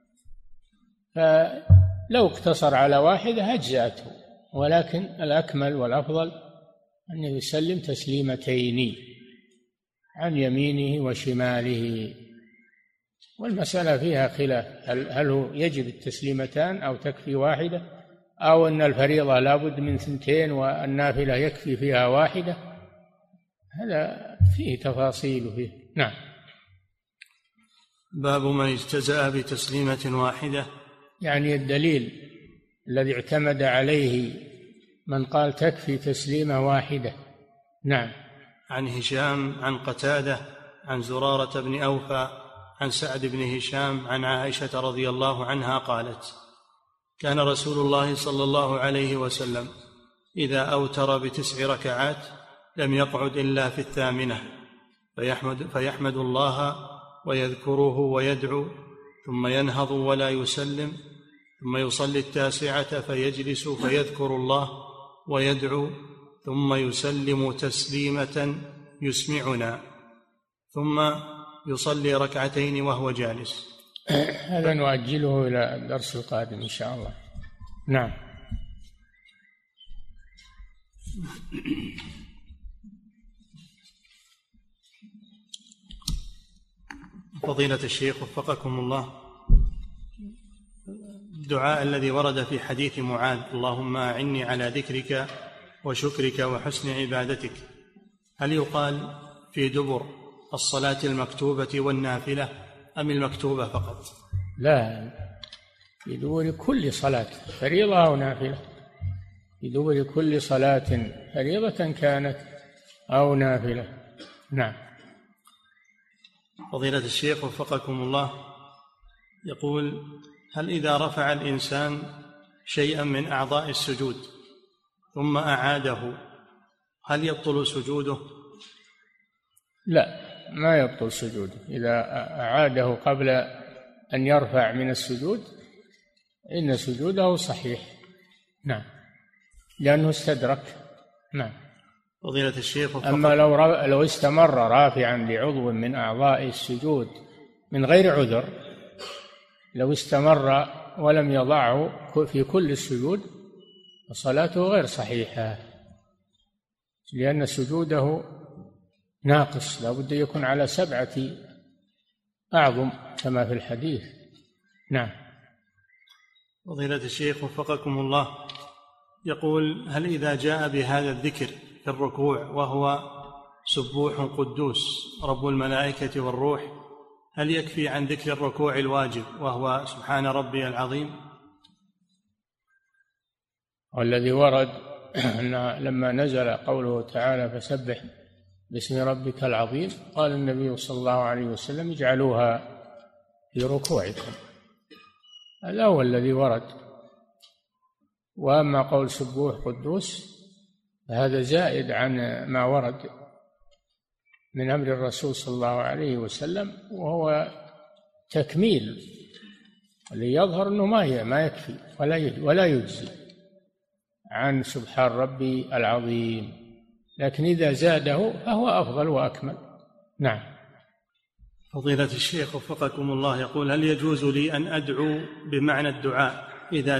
فلو اقتصر على واحدة أجزأته، ولكن الأكمل والأفضل أن يسلم تسليمتين عن يمينه وشماله. والمسألة فيها خلاف، هل هو يجب التسليمتان أو تكفي واحدة، أو أن الفريضة لا بد من 2 والنافلة يكفي فيها واحدة. هذا فيه تفاصيل فيه. نعم. باب من اجتزأ بتسليمة واحدة، يعني الدليل الذي اعتمد عليه من قال تكفي تسليمة واحدة. نعم. عن هشام عن قتادة عن زرارة بن أوفى عن سعد بن هشام عن عائشة رضي الله عنها قالت: كان رسول الله صلى الله عليه وسلم إذا أوتر ب9 ركعات لم يقعد إلا في 8 فيحمد الله ويذكره ويدعو، ثم ينهض ولا يسلم، ثم يصلي 9 فيجلس فيذكر الله ويدعو، ثم يسلم تسليمة يسمعنا، ثم يصلي 2 وهو جالس. هذا نؤجله إلى الدرس القادم إن شاء الله. نعم. فضيلة الشيخ وفقكم الله، الدعاء الذي ورد في حديث معاذ: اللهم أعني على ذكرك وشكرك وحسن عبادتك، هل يقال في دبر الصلاة المكتوبة والنافلة أم المكتوبة فقط؟ لا، في دبر كل صلاة فريضة أو نافلة، في دبر كل صلاة فريضة كانت أو نافلة. نعم. فضيلة الشيخ وفقكم الله، يقول: هل إذا رفع الإنسان شيئا من أعضاء السجود ثم أعاده هل يبطل سجوده؟ لا، ما يبطل سجوده إذا أعاده قبل أن يرفع من السجود، إن سجوده صحيح. نعم، لأنه استدرك. نعم. فضيلة الشيخ أما لو استمر رافعا لعضو من أعضاء السجود من غير عذر، لو استمر ولم يضعه في كل السجود فصلاته غير صحيحة، لأن سجوده ناقص، لا بد يكون على 7 أعظم كما في الحديث. نعم. فضيلة الشيخ وفقكم الله، يقول: هل إذا جاء بهذا الذكر في الركوع وهو سبوح قدوس رب الملائكة والروح، هل يكفي عن ذكر الركوع الواجب وهو سبحان ربي العظيم؟ والذي ورد أن لما نزل قوله تعالى: فسبح باسم ربك العظيم، قال النبي صلى الله عليه وسلم: اجعلوها في ركوعكم. هذا هو الذي ورد. وأما قول سبوح قدوس فهذا زائد عن ما ورد من أمر الرسول صلى الله عليه وسلم، وهو تكميل، اللي يظهر أنه ما يكفي ولا يجزي عن سبحان ربي العظيم، لكن إذا زاده فهو أفضل وأكمل. نعم. فضيلة الشيخ وفقكم الله، يقول: هل يجوز لي أن أدعو بمعنى الدعاء إذا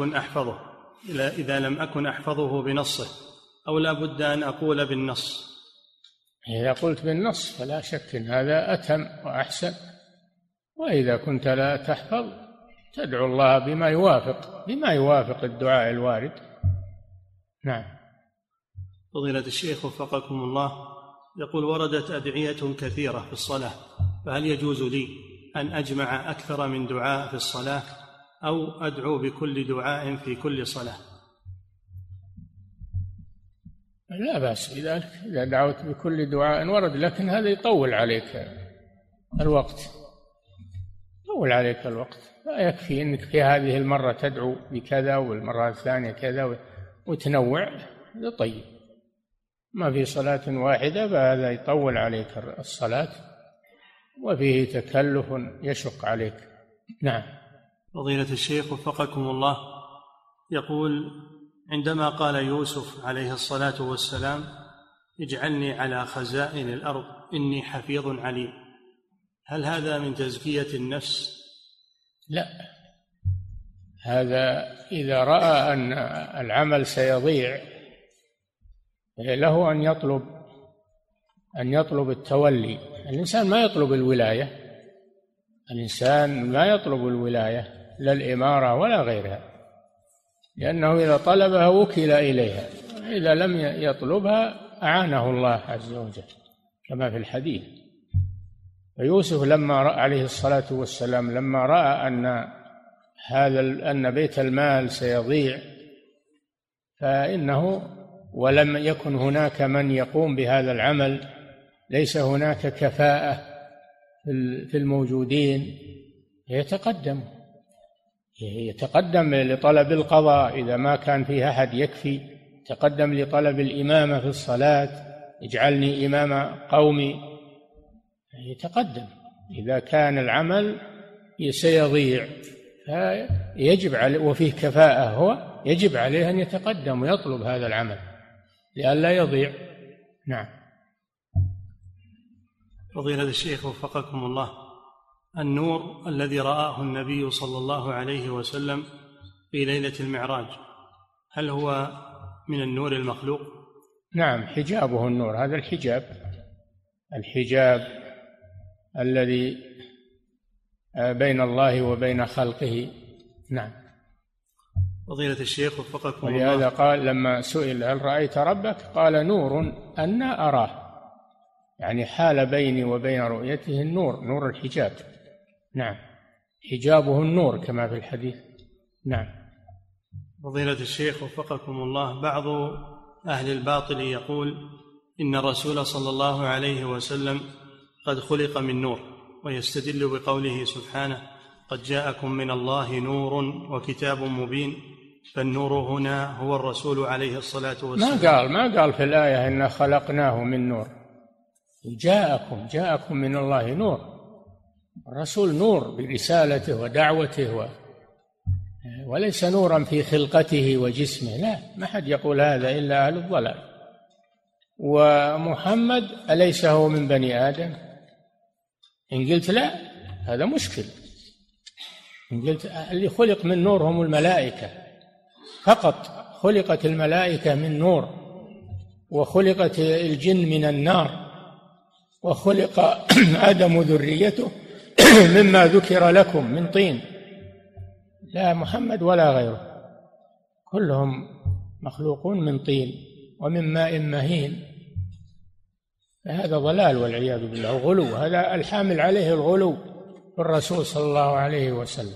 لم أكن أحفظه بنصه، أو لا بد أن أقول بالنص؟ إذا قلت بالنص فلا شك أن هذا أتم وأحسن، وإذا كنت لا تحفظ تدعو الله بما يوافق الدعاء الوارد. نعم. فضيلة الشيخ وفقكم الله، يقول: وردت أدعية كثيرة في الصلاة، فهل يجوز لي أن أجمع أكثر من دعاء في الصلاة أو أدعو بكل دعاء في كل صلاة؟ لا بأس إذا دعوت بكل دعاء ورد، لكن هذا يطول عليك الوقت، لا يكفي أنك في هذه المرة تدعو بكذا والمرة الثانية كذا وتنوع، هذا طيب. ما في صلاة واحدة فهذا يطول عليك الصلاة وفيه تكلف يشق عليك. نعم. فضيلة الشيخ وفقكم الله، يقول: عندما قال يوسف عليه الصلاة والسلام: اجعلني على خزائن الأرض إني حفيظ عليم، هل هذا من تزكية النفس؟ لا، هذا إذا رأى أن العمل سيضيع له أن يطلب التولي. الإنسان ما يطلب الولاية لا الإمارة ولا غيرها، لأنه إذا طلبها وكل إليها، إذا لم يطلبها أعانه الله عز وجل كما في الحديث. فيوسف عليه الصلاة والسلام لما رأى أن بيت المال سيضيع، فإنه ولم يكن هناك من يقوم بهذا العمل، ليس هناك كفاءة في الموجودين يتقدم لطلب القضاء إذا ما كان فيه أحد يكفي، يتقدم لطلب الإمامة في الصلاة، اجعلني إمام قومي، يتقدم. إذا كان العمل سيضيع يجب عليه وفيه كفاءة هو يجب عليه أن يتقدم ويطلب هذا العمل لئلا يضيع. نعم. فضيلة الشيخ وفقكم الله، النور الذي رآه النبي صلى الله عليه وسلم في ليلة المعراج هل هو من النور المخلوق؟ نعم، حجابه النور، هذا الحجاب الذي بين الله وبين خلقه. نعم. فضيلة الشيخ وفقكم الله، ولهذا قال لما سئل هل رأيت ربك قال نور أنا أراه، يعني حال بيني وبين رؤيته النور، نور الحجاب. نعم، حجابه النور كما في الحديث. نعم. فضيلة الشيخ وفقكم الله، بعض أهل الباطل يقول إن الرسول صلى الله عليه وسلم قد خلق من نور، ويستدل بقوله سبحانه قد جاءكم من الله نور وكتاب مبين، فالنور هنا هو الرسول عليه الصلاة والسلام. ما قال في الآية إنا خلقناه من نور، جاءكم من الله نور، الرسول نور برسالته ودعوته وليس نورا في خلقته وجسمه، لا، ما حد يقول هذا إلا أهل الضلال. ومحمد أليس هو من بني آدم؟ إن قلت لا هذا مشكل. إن قلت اللي خلق من نور هم الملائكة فقط، خلقت الملائكة من نور، وخلقت الجن من النار، وخلق آدم ذريته مما ذكر لكم من طين، لا محمد ولا غيره، كلهم مخلوقون من طين ومن ماء مهين. فهذا ضلال والعياذ بالله وغلو، هذا الحامل عليه الغلو في الرسول صلى الله عليه وسلم.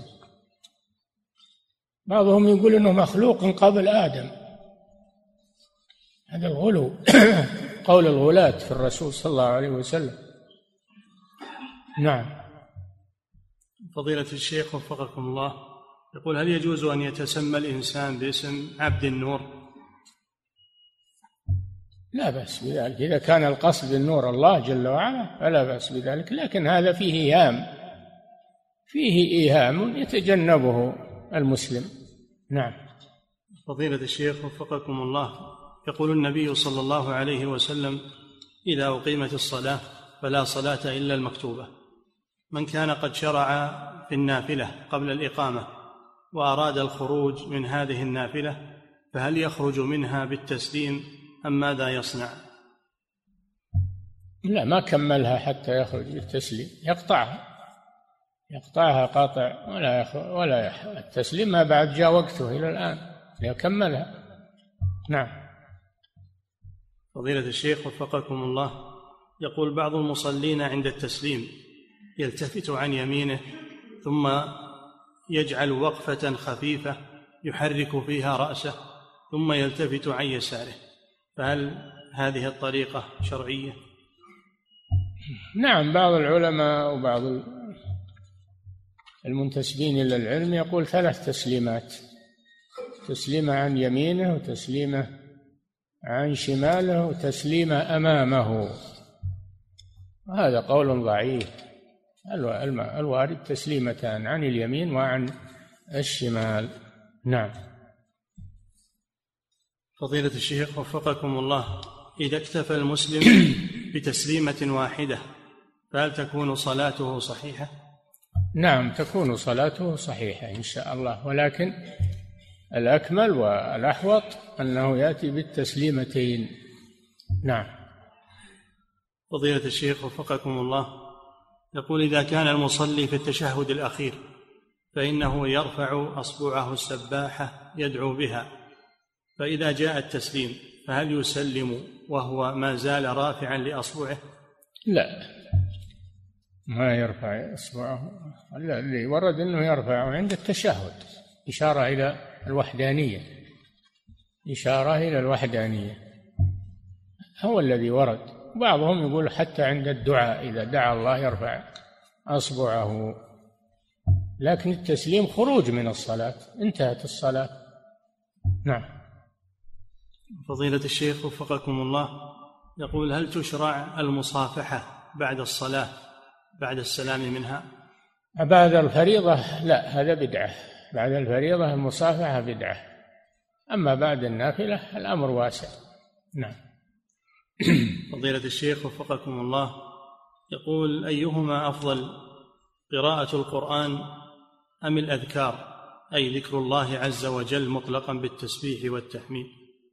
بعضهم يقول انه مخلوق قبل آدم، هذا الغلو قول الغلاة في الرسول صلى الله عليه وسلم. نعم. فضيلة الشيخ وفقكم الله، يقول هل يجوز أن يتسمى الإنسان باسم عبد النور؟ لا بأس بذلك، إذا كان القصد النور الله جل وعلا فلا بأس بذلك، لكن هذا فيه إيهام يتجنبه المسلم. نعم. فضيلة الشيخ وفقكم الله، يقول النبي صلى الله عليه وسلم إذا أقيمت الصلاة فلا صلاة إلا المكتوبة. من كان قد شرع في النافلة قبل الإقامة وأراد الخروج من هذه النافلة فهل يخرج منها بالتسليم أم ماذا يصنع؟ لا، ما كملها حتى يخرج بالتسليم، يقطعها قاطع ولا التسليم ما بعد جاء وقته إلى الآن يكملها. نعم. فضيلة الشيخ وفقكم الله، يقول بعض المصلين عند التسليم يلتفت عن يمينه ثم يجعل وقفة خفيفة يحرك فيها رأسه ثم يلتفت عن يساره، فهل هذه الطريقة شرعية؟ نعم، بعض العلماء وبعض المنتسبين إلى العلم يقول 3 تسليمات، تسليمة عن يمينه وتسليمة عن شماله وتسليمة أمامه، هذا قول ضعيف. الوارد تسليمتان عن اليمين وعن الشمال. نعم. فضيلة الشيخ وفقكم الله، إذا اكتفى المسلم بتسليمة واحدة فهل تكون صلاته صحيحة؟ نعم، تكون صلاته صحيحة إن شاء الله، ولكن الأكمل والأحوط أنه يأتي بالتسليمتين. نعم. فضيلة الشيخ وفقكم الله، يقول إذا كان المصلي في التشهد الأخير فإنه يرفع أصبعه السباحة يدعو بها، فإذا جاء التسليم فهل يسلم وهو ما زال رافعا لأصبعه؟ لا، ما يرفع إصبعه، اللي ورد أنه يرفعه عند التشهد، إشارة إلى الوحدانية، هو الذي ورد. بعضهم يقول حتى عند الدعاء إذا دعا الله يرفع أصبعه. لكن التسليم خروج من الصلاة، انتهت الصلاة. نعم. فضيلة الشيخ وفقكم الله، يقول: هل تشرع المصافحة بعد الصلاة بعد السلام منها؟ بعد الفريضة لا، هذا بدعة. بعد الفريضة المصافحة بدعة، أما بعد النافلة الأمر واسع. نعم. فضيلة الشيخ وفقكم الله، يقول: أيهما أفضل، قراءة القرآن أم الأذكار، أي ذكر الله عز وجل مطلقا بالتسبيح والتحميد؟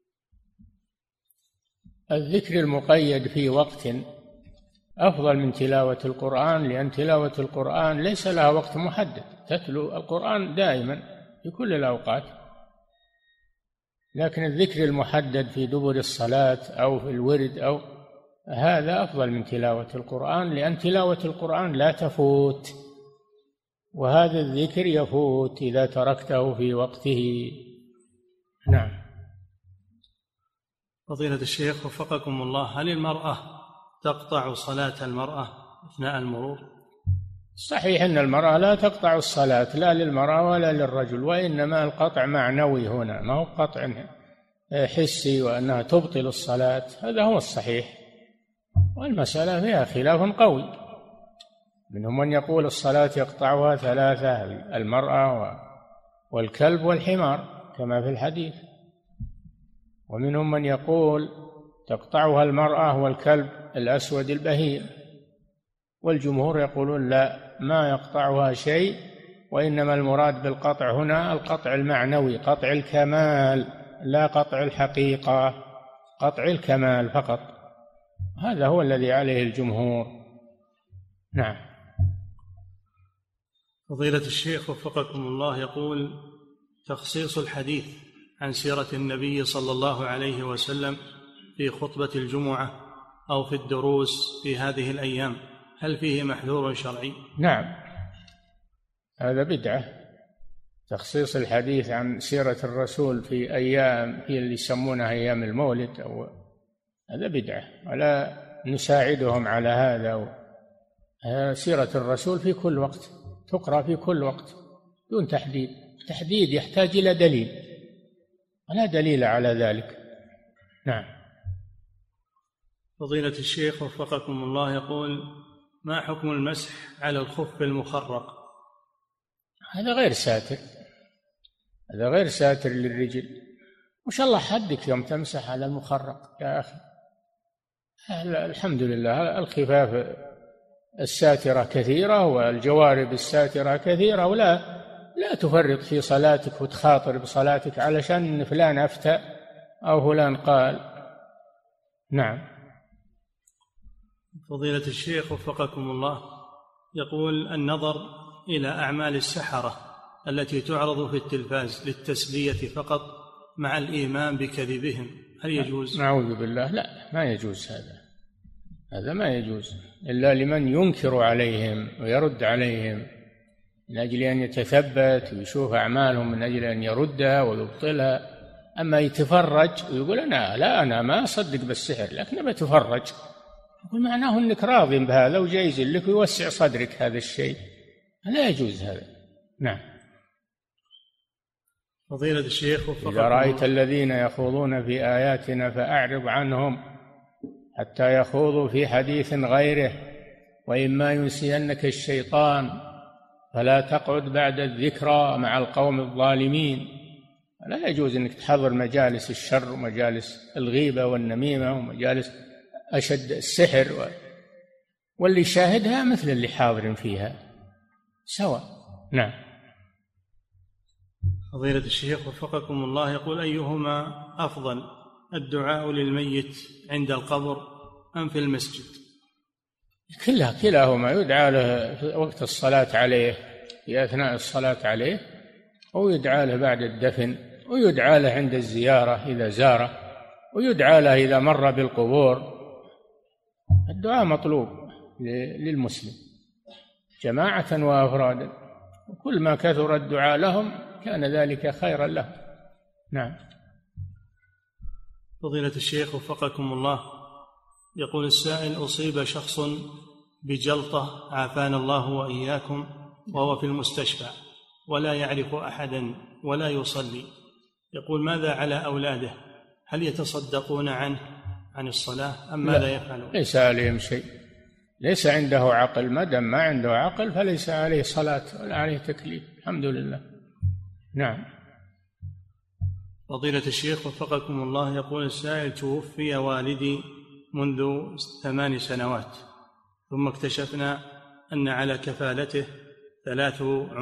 الذكر المقيد في وقت أفضل من تلاوة القرآن، لأن تلاوة القرآن ليس لها وقت محدد، تتلو القرآن دائما في كل الأوقات، لكن الذكر المحدد في دبر الصلاة أو في الورد أو هذا أفضل من تلاوة القرآن، لأن تلاوة القرآن لا تفوت، وهذا الذكر يفوت إذا تركته في وقته. نعم. فضيلة الشيخ وفقكم الله، هل المرأة تقطع صلاة المرأة أثناء المرور؟ صحيح أن المرأة لا تقطع الصلاة، لا للمرأة ولا للرجل، وإنما القطع معنوي هنا، ما هو قطع حسي وأنها تبطل الصلاة، هذا هو الصحيح. والمسألة فيها خلاف قوي، منهم من يقول الصلاة يقطعها ثلاثة: المرأة والكلب والحمار كما في الحديث، ومنهم من يقول تقطعها المرأة والكلب الأسود البهيم، والجمهور يقولون لا، ما يقطعها شيء، وإنما المراد بالقطع هنا القطع المعنوي، قطع الكمال، لا قطع الحقيقة، قطع الكمال فقط، هذا هو الذي عليه الجمهور. نعم. فضيلة الشيخ وفقكم الله، يقول: تخصيص الحديث عن سيرة النبي صلى الله عليه وسلم في خطبة الجمعة أو في الدروس في هذه الأيام، هل فيه محذور شرعي؟ نعم، هذا بدعة، تخصيص الحديث عن سيرة الرسول في أيام هي اللي يسمونها أيام المولد، أو هذا بدعة، ولا نساعدهم على هذا. سيرة الرسول في كل وقت تقرأ، في كل وقت دون تحديد، تحديد يحتاج إلى دليل، ولا دليل على ذلك. نعم. فضيلة الشيخ وفقكم الله، يقول: ما حكم المسح على الخف المخرق؟ هذا غير ساتر، هذا غير ساتر للرجل، وش الله حدك يوم تمسح على المخرق يا أخي؟ الحمد لله الخفاف الساترة كثيرة والجوارب الساترة كثيرة، لا تفرط في صلاتك وتخاطر بصلاتك علشان فلان أفتى أو فلان قال. نعم. فضيلة الشيخ وفقكم الله، يقول: النظر إلى أعمال السحرة التي تعرض في التلفاز للتسلية فقط مع الإيمان بكذبهم، هل يجوز؟ نعوذ بالله، لا، ما يجوز هذا ما يجوز إلا لمن ينكر عليهم ويرد عليهم من أجل أن يتثبت ويشوف أعمالهم من أجل أن يردها ويبطلها. أما يتفرج ويقول أنا ما أصدق بالسحر لكن بتفرج، يقول معناه أنك راض بهذا وجايز لك ويوسع صدرك، هذا الشيء لا يجوز هذا. نعم. فضيلة الشيخ إذا رأيت الذين يخوضون في آياتنا فأعرض عنهم حتى يخوضوا في حديث غيره، وإما ينسينك الشيطان فلا تقعد بعد الذكرى مع القوم الظالمين. لا يجوز أنك تحضر مجالس الشر ومجالس الغيبة والنميمة ومجالس أشد السحر، واللي يشاهدها مثل اللي حاضر فيها سواء. نعم. فضيلة الشيخ وفقكم الله، يقول: أيهما أفضل، الدعاء للميت عند القبر أم في المسجد؟ كلاهما يدعى له في وقت الصلاة عليه، في أثناء الصلاة عليه، ويدعى له بعد الدفن، ويدعى له عند الزيارة إذا زاره، ويدعى له إذا مر بالقبور. الدعاء مطلوب للمسلم جماعة وأفرادا، وكل ما كثر الدعاء لهم كان ذلك خيرا لهم. نعم. فضيلة الشيخ وفقكم الله، يقول السائل: أصيب شخص بجلطة عافانا الله وإياكم وهو في المستشفى ولا يعرف أحدا ولا يصلي، يقول ماذا على أولاده؟ هل يتصدقون عنه عن الصلاة أم ماذا يفعلون؟ ليس عليهم شيء، ليس عنده عقل، ما دام ما عنده عقل فليس عليه صلاة ولا عليه تكليف، الحمد لله. نعم. فضيلة الشيخ وفقكم الله، يقول السائل: توفي والدي منذ 8 سنوات، ثم اكتشفنا أن على كفالته 3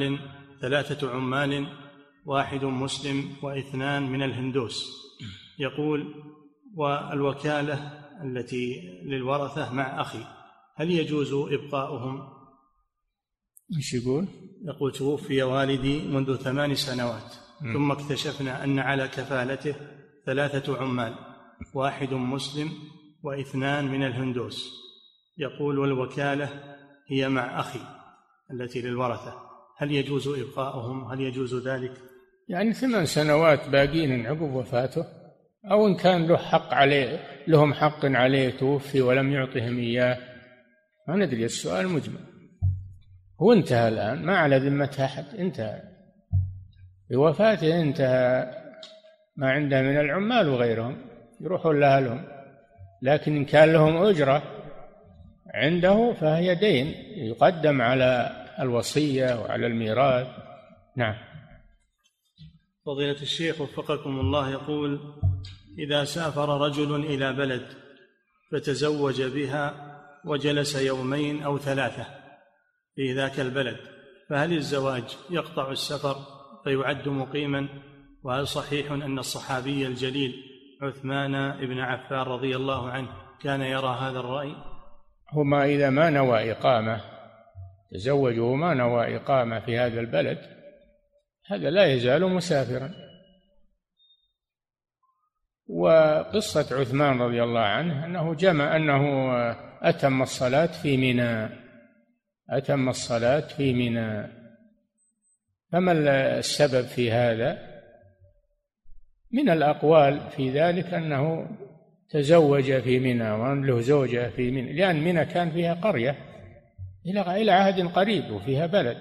عمال 1 مسلم و2 من الهندوس. يقول: والوكالة التي للورثة مع أخي، هل يجوز إبقاؤهم؟ ايش يقول؟ يقول: توفي والدي منذ 8 سنوات، ثم اكتشفنا أن على كفالته 3 عمال 1 مسلم و2 من الهندوس. يقول: والوكالة هي مع أخي التي للورثة، هل يجوز إبقاؤهم؟ هل يجوز ذلك؟ يعني 8 سنوات باقين عقب وفاته، أو إن كان له حق عليه، لهم حق عليه توفي ولم يعطهم إياه، ما ندري، السؤال مجمل. هو انتهى الآن، ما على ذمة أحد، انتهى بوفاته، انتهى ما عنده من العمال وغيرهم يروحون لأهلهم، لكن إن كان لهم أجرة عنده فهي دين يقدم على الوصية وعلى الميراث. نعم. فضيلة الشيخ وفقكم الله، يقول: إذا سافر رجل إلى بلد فتزوج بها وجلس 2 أو 3 في ذاك البلد، فهل الزواج يقطع السفر فيعد مقيما؟ وهل صحيح أن الصحابي الجليل عثمان بن عفان رضي الله عنه كان يرى هذا الرأي؟ هما إذا ما نوى إقامة، تزوجوا ما نوى إقامة في هذا البلد، هذا لا يزال مسافرا. وقصة عثمان رضي الله عنه أنه أتم الصلاة في منى، أتم الصلاة في منى. فما السبب في هذا؟ من الأقوال في ذلك أنه تزوج في منى وأن له زوجة في منى، لأن منى كان فيها قرية إلى عهد قريب، وفيها بلد،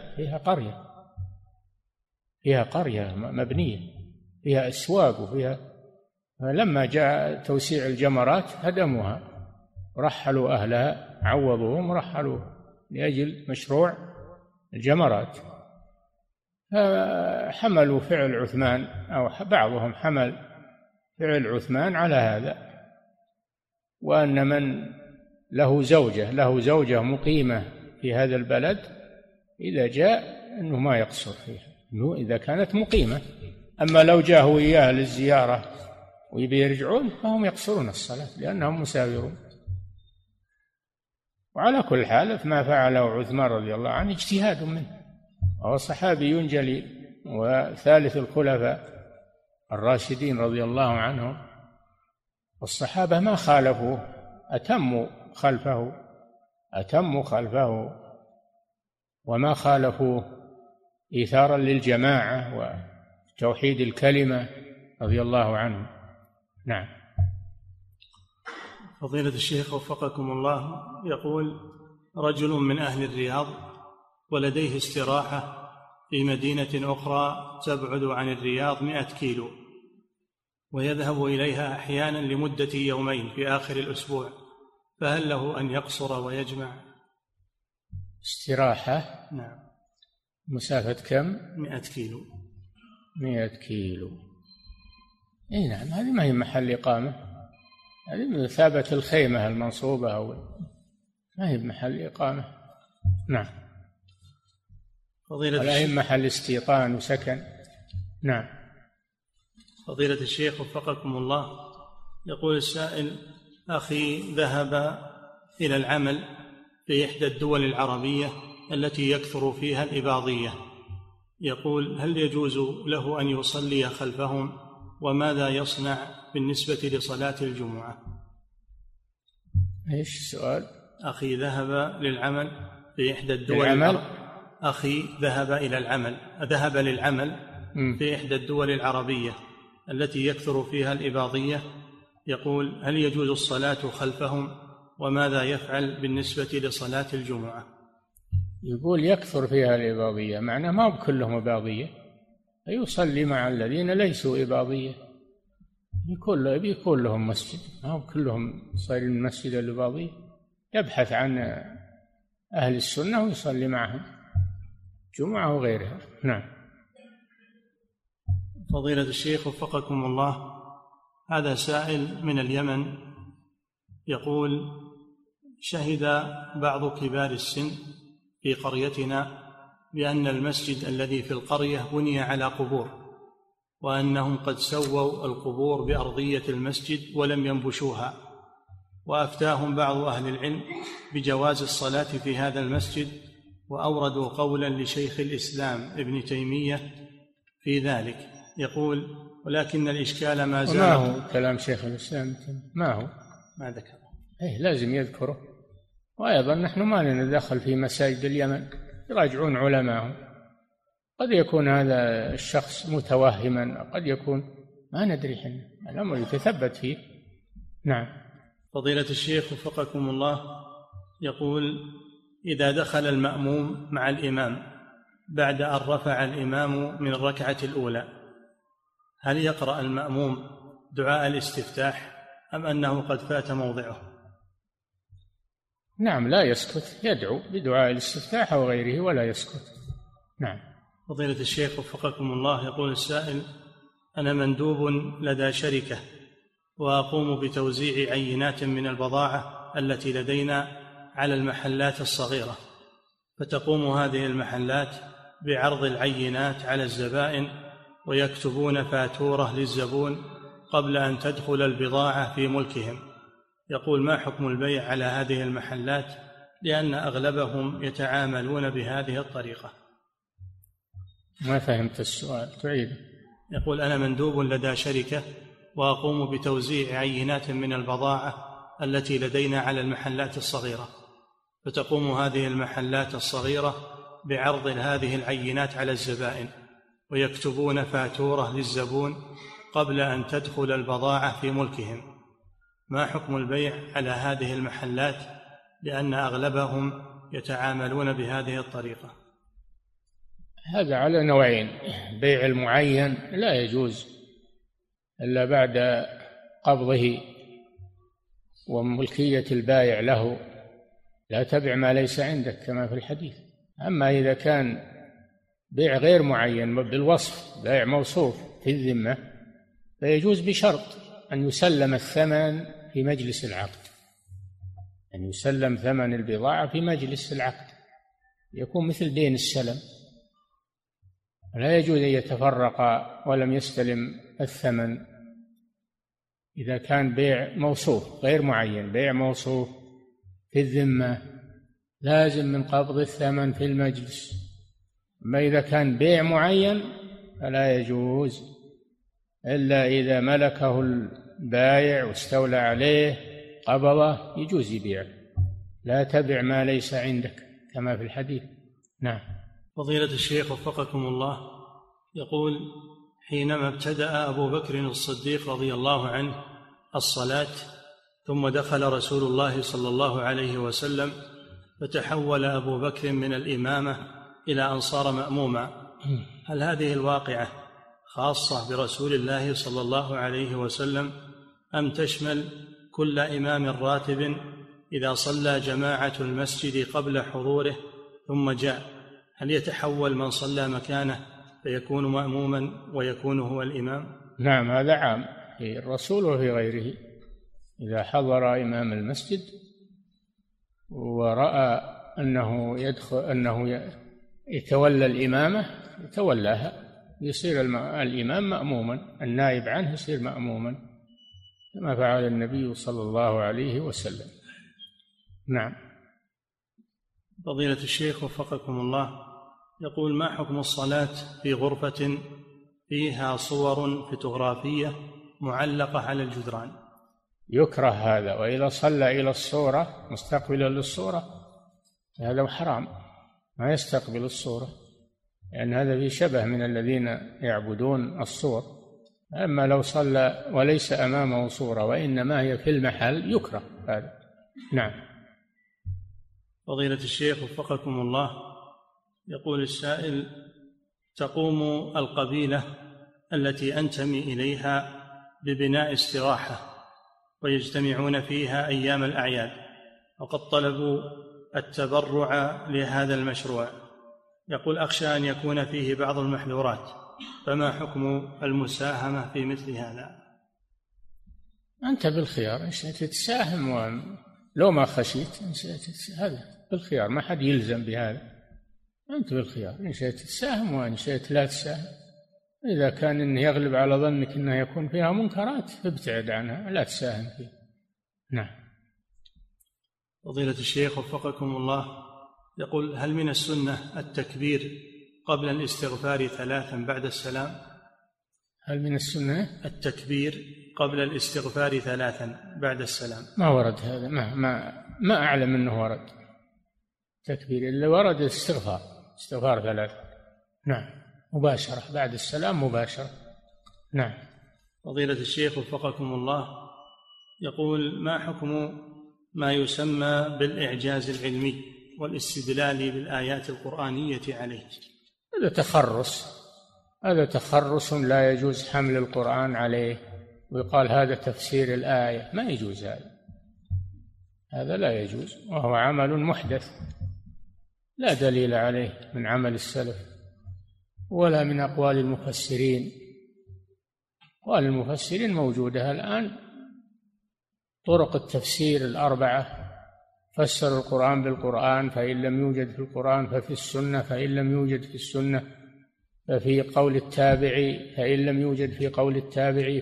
فيها قرية مبنية، فيها أسواق، وفيها، لما جاء توسيع الجمرات هدموها ورحلوا أهلها، عوضوهم ورحلوا لأجل مشروع الجمرات. فحملوا فعل عثمان، أو بعضهم حمل فعل عثمان على هذا، وأن من له زوجة مقيمة في هذا البلد إذا جاء أنه ما يقصر فيها، أنه إذا كانت مقيمة. أما لو جاءوا إياه للزيارة ويبي يرجعون فهم يقصرون الصلاة لأنهم مسافرون. وعلى كل حال ما فعله عثمان رضي الله عنه اجتهاد منه، وهو صحابي جليل وثالث الخلفاء الراشدين رضي الله عنهم، والصحابة ما خالفوه، أتموا خلفه وما خالفوه إيثارا للجماعة وتوحيد الكلمة رضي الله عنه. نعم. فضيلة الشيخ وفقكم الله، يقول: رجل من أهل الرياض ولديه استراحة في مدينة أخرى تبعد عن الرياض 100 كيلو، ويذهب إليها أحيانا لمدة 2 يوم في آخر الأسبوع، فهل له أن يقصر ويجمع؟ استراحة؟ نعم. مسافة كم؟ 100 كيلو. 100 كيلو. اي نعم، هذه ما هي محل إقامة، هذه مثابة الخيمة المنصوبة، أو ما هي محل إقامة. نعم. ولا هي محل استيطان وسكن. نعم. فضيلة الشيخ وفقكم الله، يقول السائل: أخي ذهب إلى العمل في إحدى الدول العربية التي يكثر فيها الإباضية، يقول: هل يجوز له أن يصلي خلفهم؟ وماذا يصنع بالنسبة لصلاة الجمعة؟ إيش السؤال؟ أخي ذهب للعمل في إحدى الدول أخي ذهب للعمل في إحدى الدول العربية التي يكثر فيها الإباضية، يقول: هل يجوز الصلاة خلفهم؟ وماذا يفعل بالنسبة لصلاة الجمعة؟ يقول يكثر فيها الإباضية، معناه ما هو كلهم إباضية، يصلي مع الذين ليسوا إباضية، يكون لهم مسجد، ما هو كلهم صايرين من مسجد الإباضية، يبحث عن أهل السنة ويصلي معهم جمعة وغيرها. نعم. فضيلة الشيخ وفقكم الله، هذا سائل من اليمن يقول: شهد بعض كبار السن في قريتنا بأن المسجد الذي في القرية بني على قبور، وأنهم قد سووا القبور بأرضية المسجد ولم ينبشوها، وأفتاهم بعض أهل العلم بجواز الصلاة في هذا المسجد، وأوردوا قولا لشيخ الإسلام ابن تيمية في ذلك. يقول: ولكن الإشكال ما زال. ما هو كلام شيخ الإسلام؟ ما ذكر. لازم يذكره. وأيضا نحن ما نتدخل في مساجد اليمن، يراجعون علماءهم، قد يكون هذا الشخص متوهما، قد يكون ما ندري، حنا الأمر يتثبت فيه. نعم. فضيلة الشيخ وفقكم الله، يقول: إذا دخل المأموم مع الإمام بعد أن رفع الإمام من الركعة الأولى، هل يقرأ المأموم دعاء الاستفتاح أم أنه قد فات موضعه؟ نعم، لا يسكت، يدعو بدعاء الاستفتاح أو غيره ولا يسكت. نعم. فضيلة الشيخ وفقكم الله، يقول السائل: أنا مندوب لدى شركة وأقوم بتوزيع عينات من البضاعة التي لدينا على المحلات الصغيرة، فتقوم هذه المحلات بعرض العينات على الزبائن ويكتبون فاتورة للزبون قبل أن تدخل البضاعة في ملكهم. يقول: ما حكم البيع على هذه المحلات لأن أغلبهم يتعاملون بهذه الطريقة؟ ما فهمت السؤال، تعيد. يقول: أنا مندوب لدى شركة وأقوم بتوزيع عينات من البضاعة التي لدينا على المحلات الصغيرة، فتقوم هذه المحلات الصغيرة بعرض هذه العينات على الزبائن ويكتبون فاتورة للزبون قبل أن تدخل البضاعة في ملكهم. ما حكم البيع على هذه المحلات لأن أغلبهم يتعاملون بهذه الطريقة؟ هذا على نوعين: بيع المعين لا يجوز إلا بعد قبضه وملكية البائع له، لا تبع ما ليس عندك كما في الحديث. أما إذا كان بيع غير معين بالوصف، بيع موصوف في الذمة، فيجوز بشرط أن يسلم الثمن في مجلس العقد، أن يسلم ثمن البضاعة في مجلس العقد، يكون مثل دين السلم، لا يجوز أن يتفرق ولم يستلم الثمن. إذا كان بيع موصوف غير معين، بيع موصوف في الذمة، لازم من قبض الثمن في المجلس. أما إذا كان بيع معين فلا يجوز إلا إذا ملكه البائع واستولى عليه قبضه، يجوز يبيع. لا تبع ما ليس عندك كما في الحديث. نعم. فضيلة الشيخ وفقكم الله، يقول: حينما ابتدأ أبو بكر الصديق رضي الله عنه الصلاة ثم دخل رسول الله صلى الله عليه وسلم، فتحول أبو بكر من الإمامة إلى أن صار مأموما، هل هذه الواقعة خاصة برسول الله صلى الله عليه وسلم أم تشمل كل إمام راتب إذا صلى جماعة المسجد قبل حضوره ثم جاء، هل يتحول من صلى مكانه فيكون مأموما ويكون هو الإمام؟ نعم، هذا عام في الرسول وفي غيره. إذا حضر إمام المسجد ورأى أنه يتولى الإمامة يتولاها، يصير الإمام مأموما، النائب عنه يصير مأموما كما فعل النبي صلى الله عليه وسلم. نعم. فضيلة الشيخ وفقكم الله، يقول: ما حكم الصلاة في غرفة فيها صور فوتوغرافية معلقة على الجدران؟ يكره هذا، وإذا صلى إلى الصورة مستقبلا للصورة هذا حرام، ما يستقبل الصورة، لأن هذا في شبه من الذين يعبدون الصور. أما لو صلى وليس أمامه صورة وإنما هي في المحل يكره هذا. نعم. فضيلة الشيخ وفقكم الله، يقول السائل: تقوم القبيلة التي أنتمي إليها ببناء استراحة ويجتمعون فيها أيام الأعياد، وقد طلبوا التبرع لهذا المشروع. يقول: أخشى أن يكون فيه بعض المحذورات، فما حكم المساهمة في مثل هذا؟ أنت بالخيار، إن شئت تساهم لو ما خشيت، إن شئت هذا بالخيار، ما حد يلزم بهذا، أنت بالخيار، إن شئت تساهم وإن شئت لا تساهم. إذا كان إنه يغلب على ظنك أنه يكون فيها منكرات ابتعد عنها، لا تساهم فيه. نعم. فضيلة الشيخ وفقكم الله، يقول: هل من السنة التكبير قبل الاستغفار 3 بعد السلام؟ هل من السنة التكبير قبل الاستغفار 3 بعد السلام؟ ما ورد هذا، ما أعلم أنه ورد تكبير، إلا ورد استغفار 3. نعم، مباشرة بعد السلام مباشرة. نعم. فضيلة الشيخ وفقكم الله، يقول: ما حكم ما يسمى بالإعجاز العلمي والاستدلال بالآيات القرآنية عليه؟ هذا تخرص لا يجوز حمل القرآن عليه ويقال هذا تفسير الآية، ما يجوز هذا لا يجوز، وهو عمل محدث لا دليل عليه من عمل السلف ولا من أقوال المفسرين. أقوال المفسرين موجودة الآن، طرق التفسير 4: فسر القرآن بالقرآن، فإن لم يوجد في القرآن ففي السنة، فإن لم يوجد في السنة ففي قول التابعي، فإن لم يوجد في قول التابعي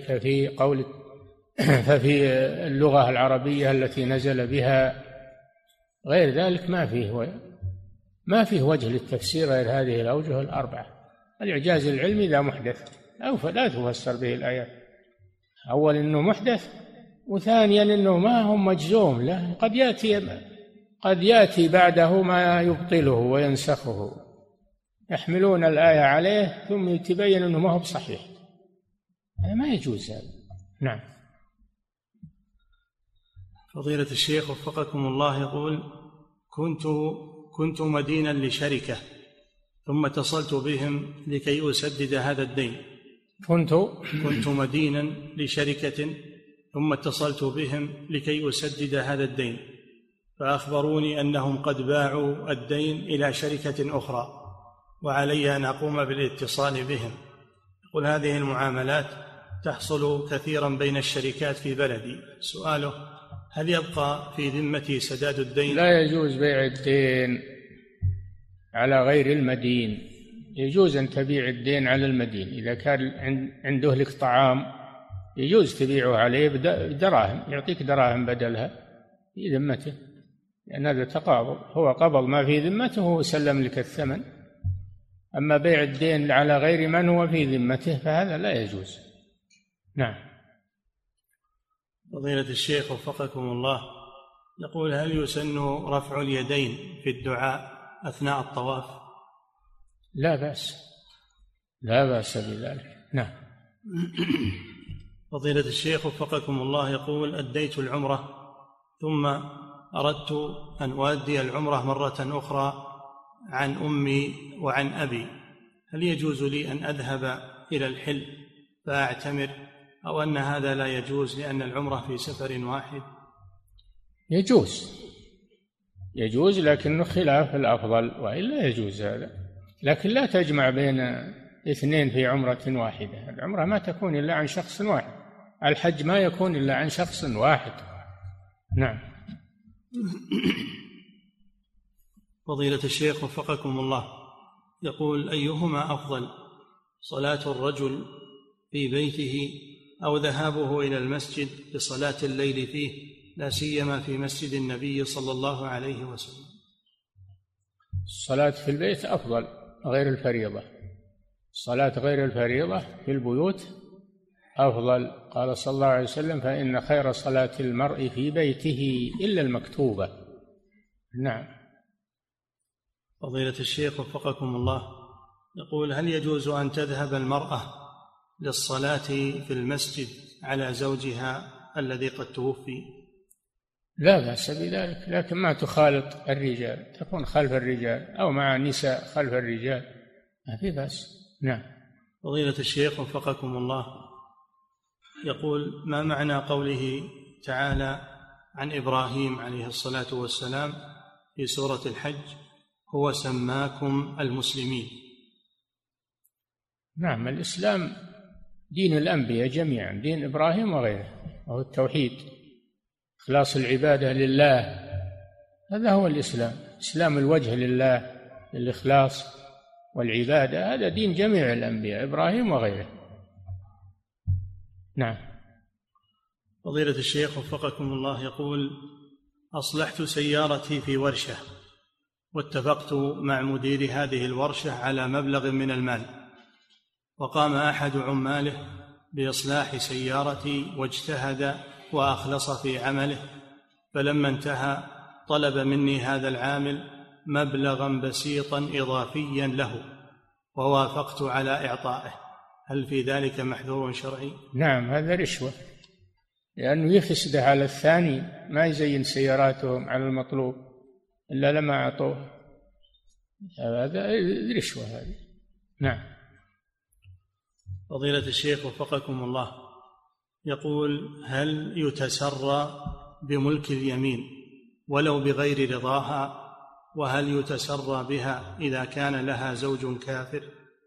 ففي اللغة العربية التي نزل بها. غير ذلك ما فيه وجه للتفسير غير هذه الأوجه 4. الإعجاز العلمي ذا محدث أو لا تفسر به الآيات. أول إنه محدث، وثانيا إنه ما هو مجزوم له، قد يأتي بعده ما يبطله وينسخه، يحملون الآية عليه ثم يتبين أنه ما هو بصحيح، هذا ما يجوز هذا. نعم. فضيلة الشيخ وفقكم الله، يقول: كنت مدينا لشركة ثم اتصلت بهم لكي أسدد هذا الدين. كنت مدينا لشركة ثم اتصلت بهم لكي أسدد هذا الدين، فأخبروني أنهم قد باعوا الدين إلى شركة أخرى وعلي أن أقوم بالاتصال بهم. يقول: هذه المعاملات تحصل كثيرا بين الشركات في بلدي. سؤاله: هل يبقى في ذمتي سداد الدين؟ لا يجوز بيع الدين على غير المدين، يجوز أن تبيع الدين على المدين. إذا كان عنده لك طعام يجوز تبيعه عليه بدراهم، يعطيك دراهم بدلها في ذمته، لأن هذا تقابض، هو قبض ما في ذمته وسلم لك الثمن. أما بيع الدين على غير من هو في ذمته فهذا لا يجوز. نعم. فضيلة الشيخ وفقكم الله، يقول: هل يسن رفع اليدين في الدعاء أثناء الطواف؟ لا بأس بذلك. نعم. فضيلة الشيخ وفقكم الله، يقول: أديت العمرة ثم أردت أن أؤدي العمرة مرة أخرى عن أمي وعن أبي، هل يجوز لي أن أذهب إلى الحل فأعتمر، أو أن هذا لا يجوز لأن العمرة في سفر واحد؟ يجوز لكنه خلاف الأفضل، وإلا يجوز هذا، لكن لا تجمع بين اثنين في عمرة واحدة. العمرة ما تكون إلا عن شخص واحد، الحج ما يكون إلا عن شخص واحد. نعم. فضيلة الشيخ وفقكم الله، يقول: أيهما أفضل، صلاة الرجل في بيته أو ذهابه إلى المسجد لصلاة الليل فيه، لا سيما في مسجد النبي صلى الله عليه وسلم؟ الصلاة في البيت أفضل غير الفريضة، الصلاة غير الفريضة في البيوت أفضل. قال صلى الله عليه وسلم: فإن خير صلاة المرء في بيته إلا المكتوبة. نعم. فضيلة الشيخ وفقكم الله، يقول: هل يجوز أن تذهب المرأة للصلاة في المسجد على زوجها الذي قد توفي؟ لا بأس بذلك، لكن ما تخالط الرجال، تكون خلف الرجال أو مع النساء خلف الرجال، ما في بأس. نعم. فضيلة الشيخ وفقكم الله، يقول: ما معنى قوله تعالى عن إبراهيم عليه الصلاة والسلام في سورة الحج: هو سماكم المسلمين؟ نعم، الإسلام دين الأنبياء جميعا، دين إبراهيم وغيره، وهو التوحيد، إخلاص العبادة لله، هذا هو الإسلام، إسلام الوجه لله، الإخلاص والعبادة، هذا دين جميع الأنبياء إبراهيم وغيره. نعم. فضيلة الشيخ وفقكم الله، يقول: أصلحت سيارتي في ورشة، واتفقت مع مدير هذه الورشة على مبلغ من المال، وقام أحد عماله بإصلاح سيارتي واجتهد وأخلص في عمله، فلما انتهى طلب مني هذا العامل مبلغا بسيطا إضافيا له، ووافقت على إعطائه، هل في ذلك محذور شرعي؟ نعم، هذا رشوة، لأنه يفسده على الثاني، ما يزين سياراتهم على المطلوب إلا لما أعطوه، هذا رشوة هذه. نعم. فضيلة الشيخ وفقكم الله، يقول: هل يتسرى بملك اليمين ولو بغير رضاها؟ وهل يتسرى بها إذا كان لها زوج كافر؟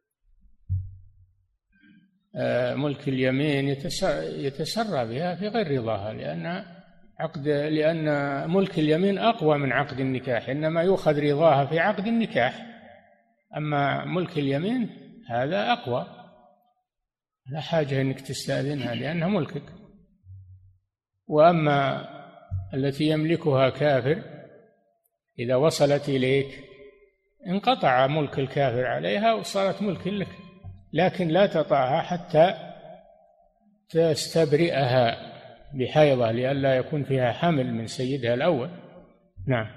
ملك اليمين يتسرى بها في غير رضاها، لأن ملك اليمين أقوى من عقد النكاح، إنما يؤخذ رضاها في عقد النكاح، أما ملك اليمين هذا أقوى، لا حاجة أنك تستأذنها لأنها ملكك. وأما التي يملكها كافر إذا وصلت إليك انقطع ملك الكافر عليها وصارت ملك لك، لكن لا تطعها حتى تستبرئها بحيضة لئلا يكون فيها حمل من سيدها الأول. نعم.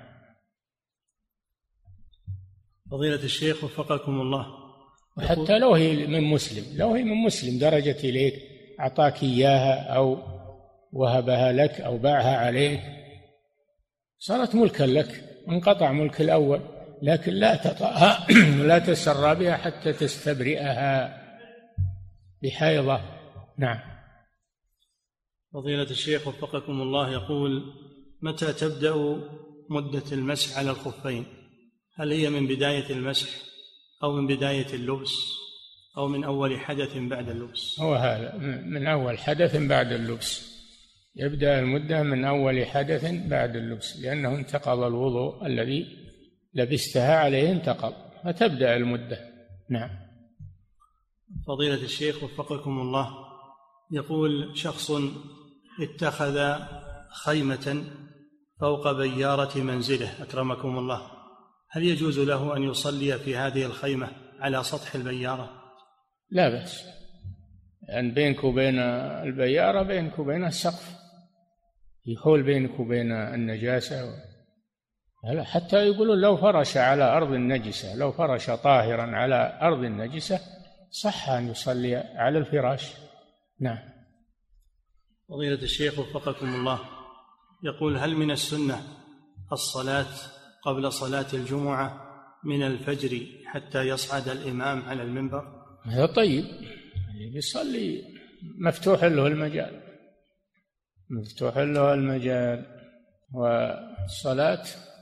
فضيلة الشيخ وفقكم الله، وحتى لو هي من مسلم درجت إليك، أعطاك إياها أو وهبها لك أو باعها عليك، صارت ملكا لك، انقطع ملك الأول، لكن لا تطأها لا تسرى بها حتى تستبرئها بحيضة. نعم. فضيلة الشيخ وفقكم الله، يقول: متى تبدأ مدة المسح على الخفين؟ هل هي من بداية المسح أو من بداية اللبس أو من أول حدث بعد اللبس؟ هو هذا، من أول حدث بعد اللبس، يبدأ المدة من أول حدث بعد اللبس، لأنه انتقض الوضوء الذي لبستها عليه، انتقض، فتبدأ المدة. نعم. فضيلة الشيخ وفقكم الله، يقول: شخص اتخذ خيمة فوق بيارة منزله أكرمكم الله، هل يجوز له أن يصلي في هذه الخيمة على سطح البيارة؟ لا بأس، لأن بينك وبين البيارة بينك وبين السقف، يحول بينك وبين النجاسة، حتى يقولون لو فرش على أرض النجسة، لو فرش طاهرا على أرض النجسة صح أن يصلي على الفراش. نعم. فضيلة الشيخ وفقكم الله، يقول: هل من السنة الصلاة قبل صلاة الجمعة من الفجر حتى يصعد الإمام على المنبر؟ هذا طيب، اللي بيصلي مفتوح له المجال، مفتوح له المجال، والصلاة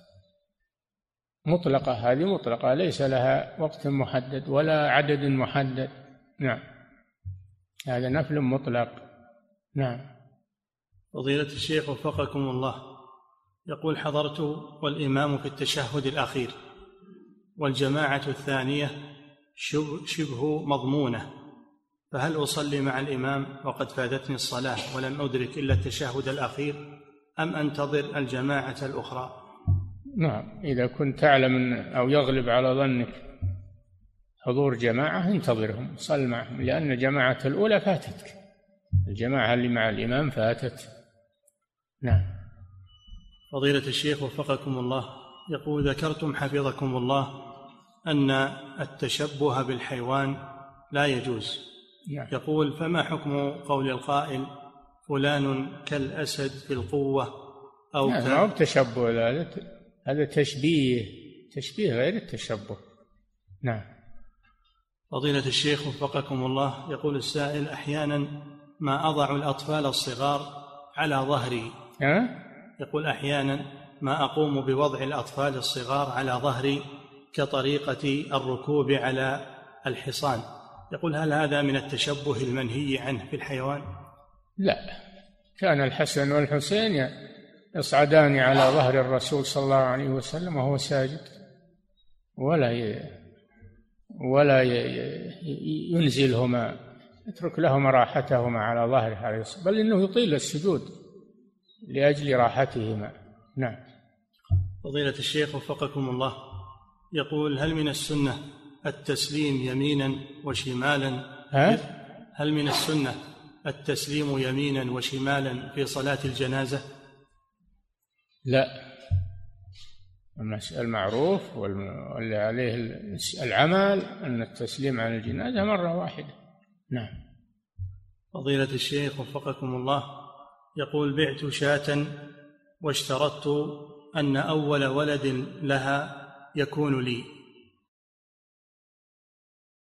مطلقة، هذه مطلقة ليس لها وقت محدد ولا عدد محدد. نعم، هذا نفل مطلق. نعم. فضيلة الشيخ وفقكم الله، يقول: حضرت والإمام في التشهد الأخير والجماعة الثانية شبه مضمونة، فهل أصلي مع الإمام وقد فاتتني الصلاة ولم أدرك إلا التشهد الأخير، أم أنتظر الجماعة الأخرى؟ نعم، إذا كنت تعلم أو يغلب على ظنك حضور جماعة انتظرهم، صل معهم، لأن الجماعة الأولى فاتتك، الجماعة اللي مع الإمام فاتت. نعم. فضيلة الشيخ وفقكم الله، يقول: ذكرتم حفظكم الله أن التشبه بالحيوان لا يجوز. نعم. يقول: فما حكم قول القائل: فلان كالأسد في القوة أو ما هو بتشبه، هذا تشبيه غير التشبه. نعم. فضيلة الشيخ وفقكم الله، يقول السائل: أحيانا ما أضع الأطفال الصغار على ظهري. يقول: أحيانا ما أقوم بوضع الأطفال الصغار على ظهري كطريقة الركوب على الحصان. يقول: هل هذا من التشبه المنهي عنه في الحيوان؟ لا، كان الحسن والحسين يصعدان على ظهر الرسول صلى الله عليه وسلم وهو ساجد، ولا ينزلهما، يترك لهما راحتهما على ظهره عليه الصلاة، بل إنه يطيل السجود لأجل راحتهما. نعم. فضيلة الشيخ وفقكم الله، يقول: هل من السنة التسليم يمينا وشمالا؟ هل من السنة التسليم يمينا وشمالا في صلاة الجنازة؟ لا، المعروف واللي عليه العمل أن التسليم على الجنازة مرة واحدة. نعم. فضيلة الشيخ وفقكم الله، يقول: بعت شاة واشترطت أن أول ولد لها يكون لي،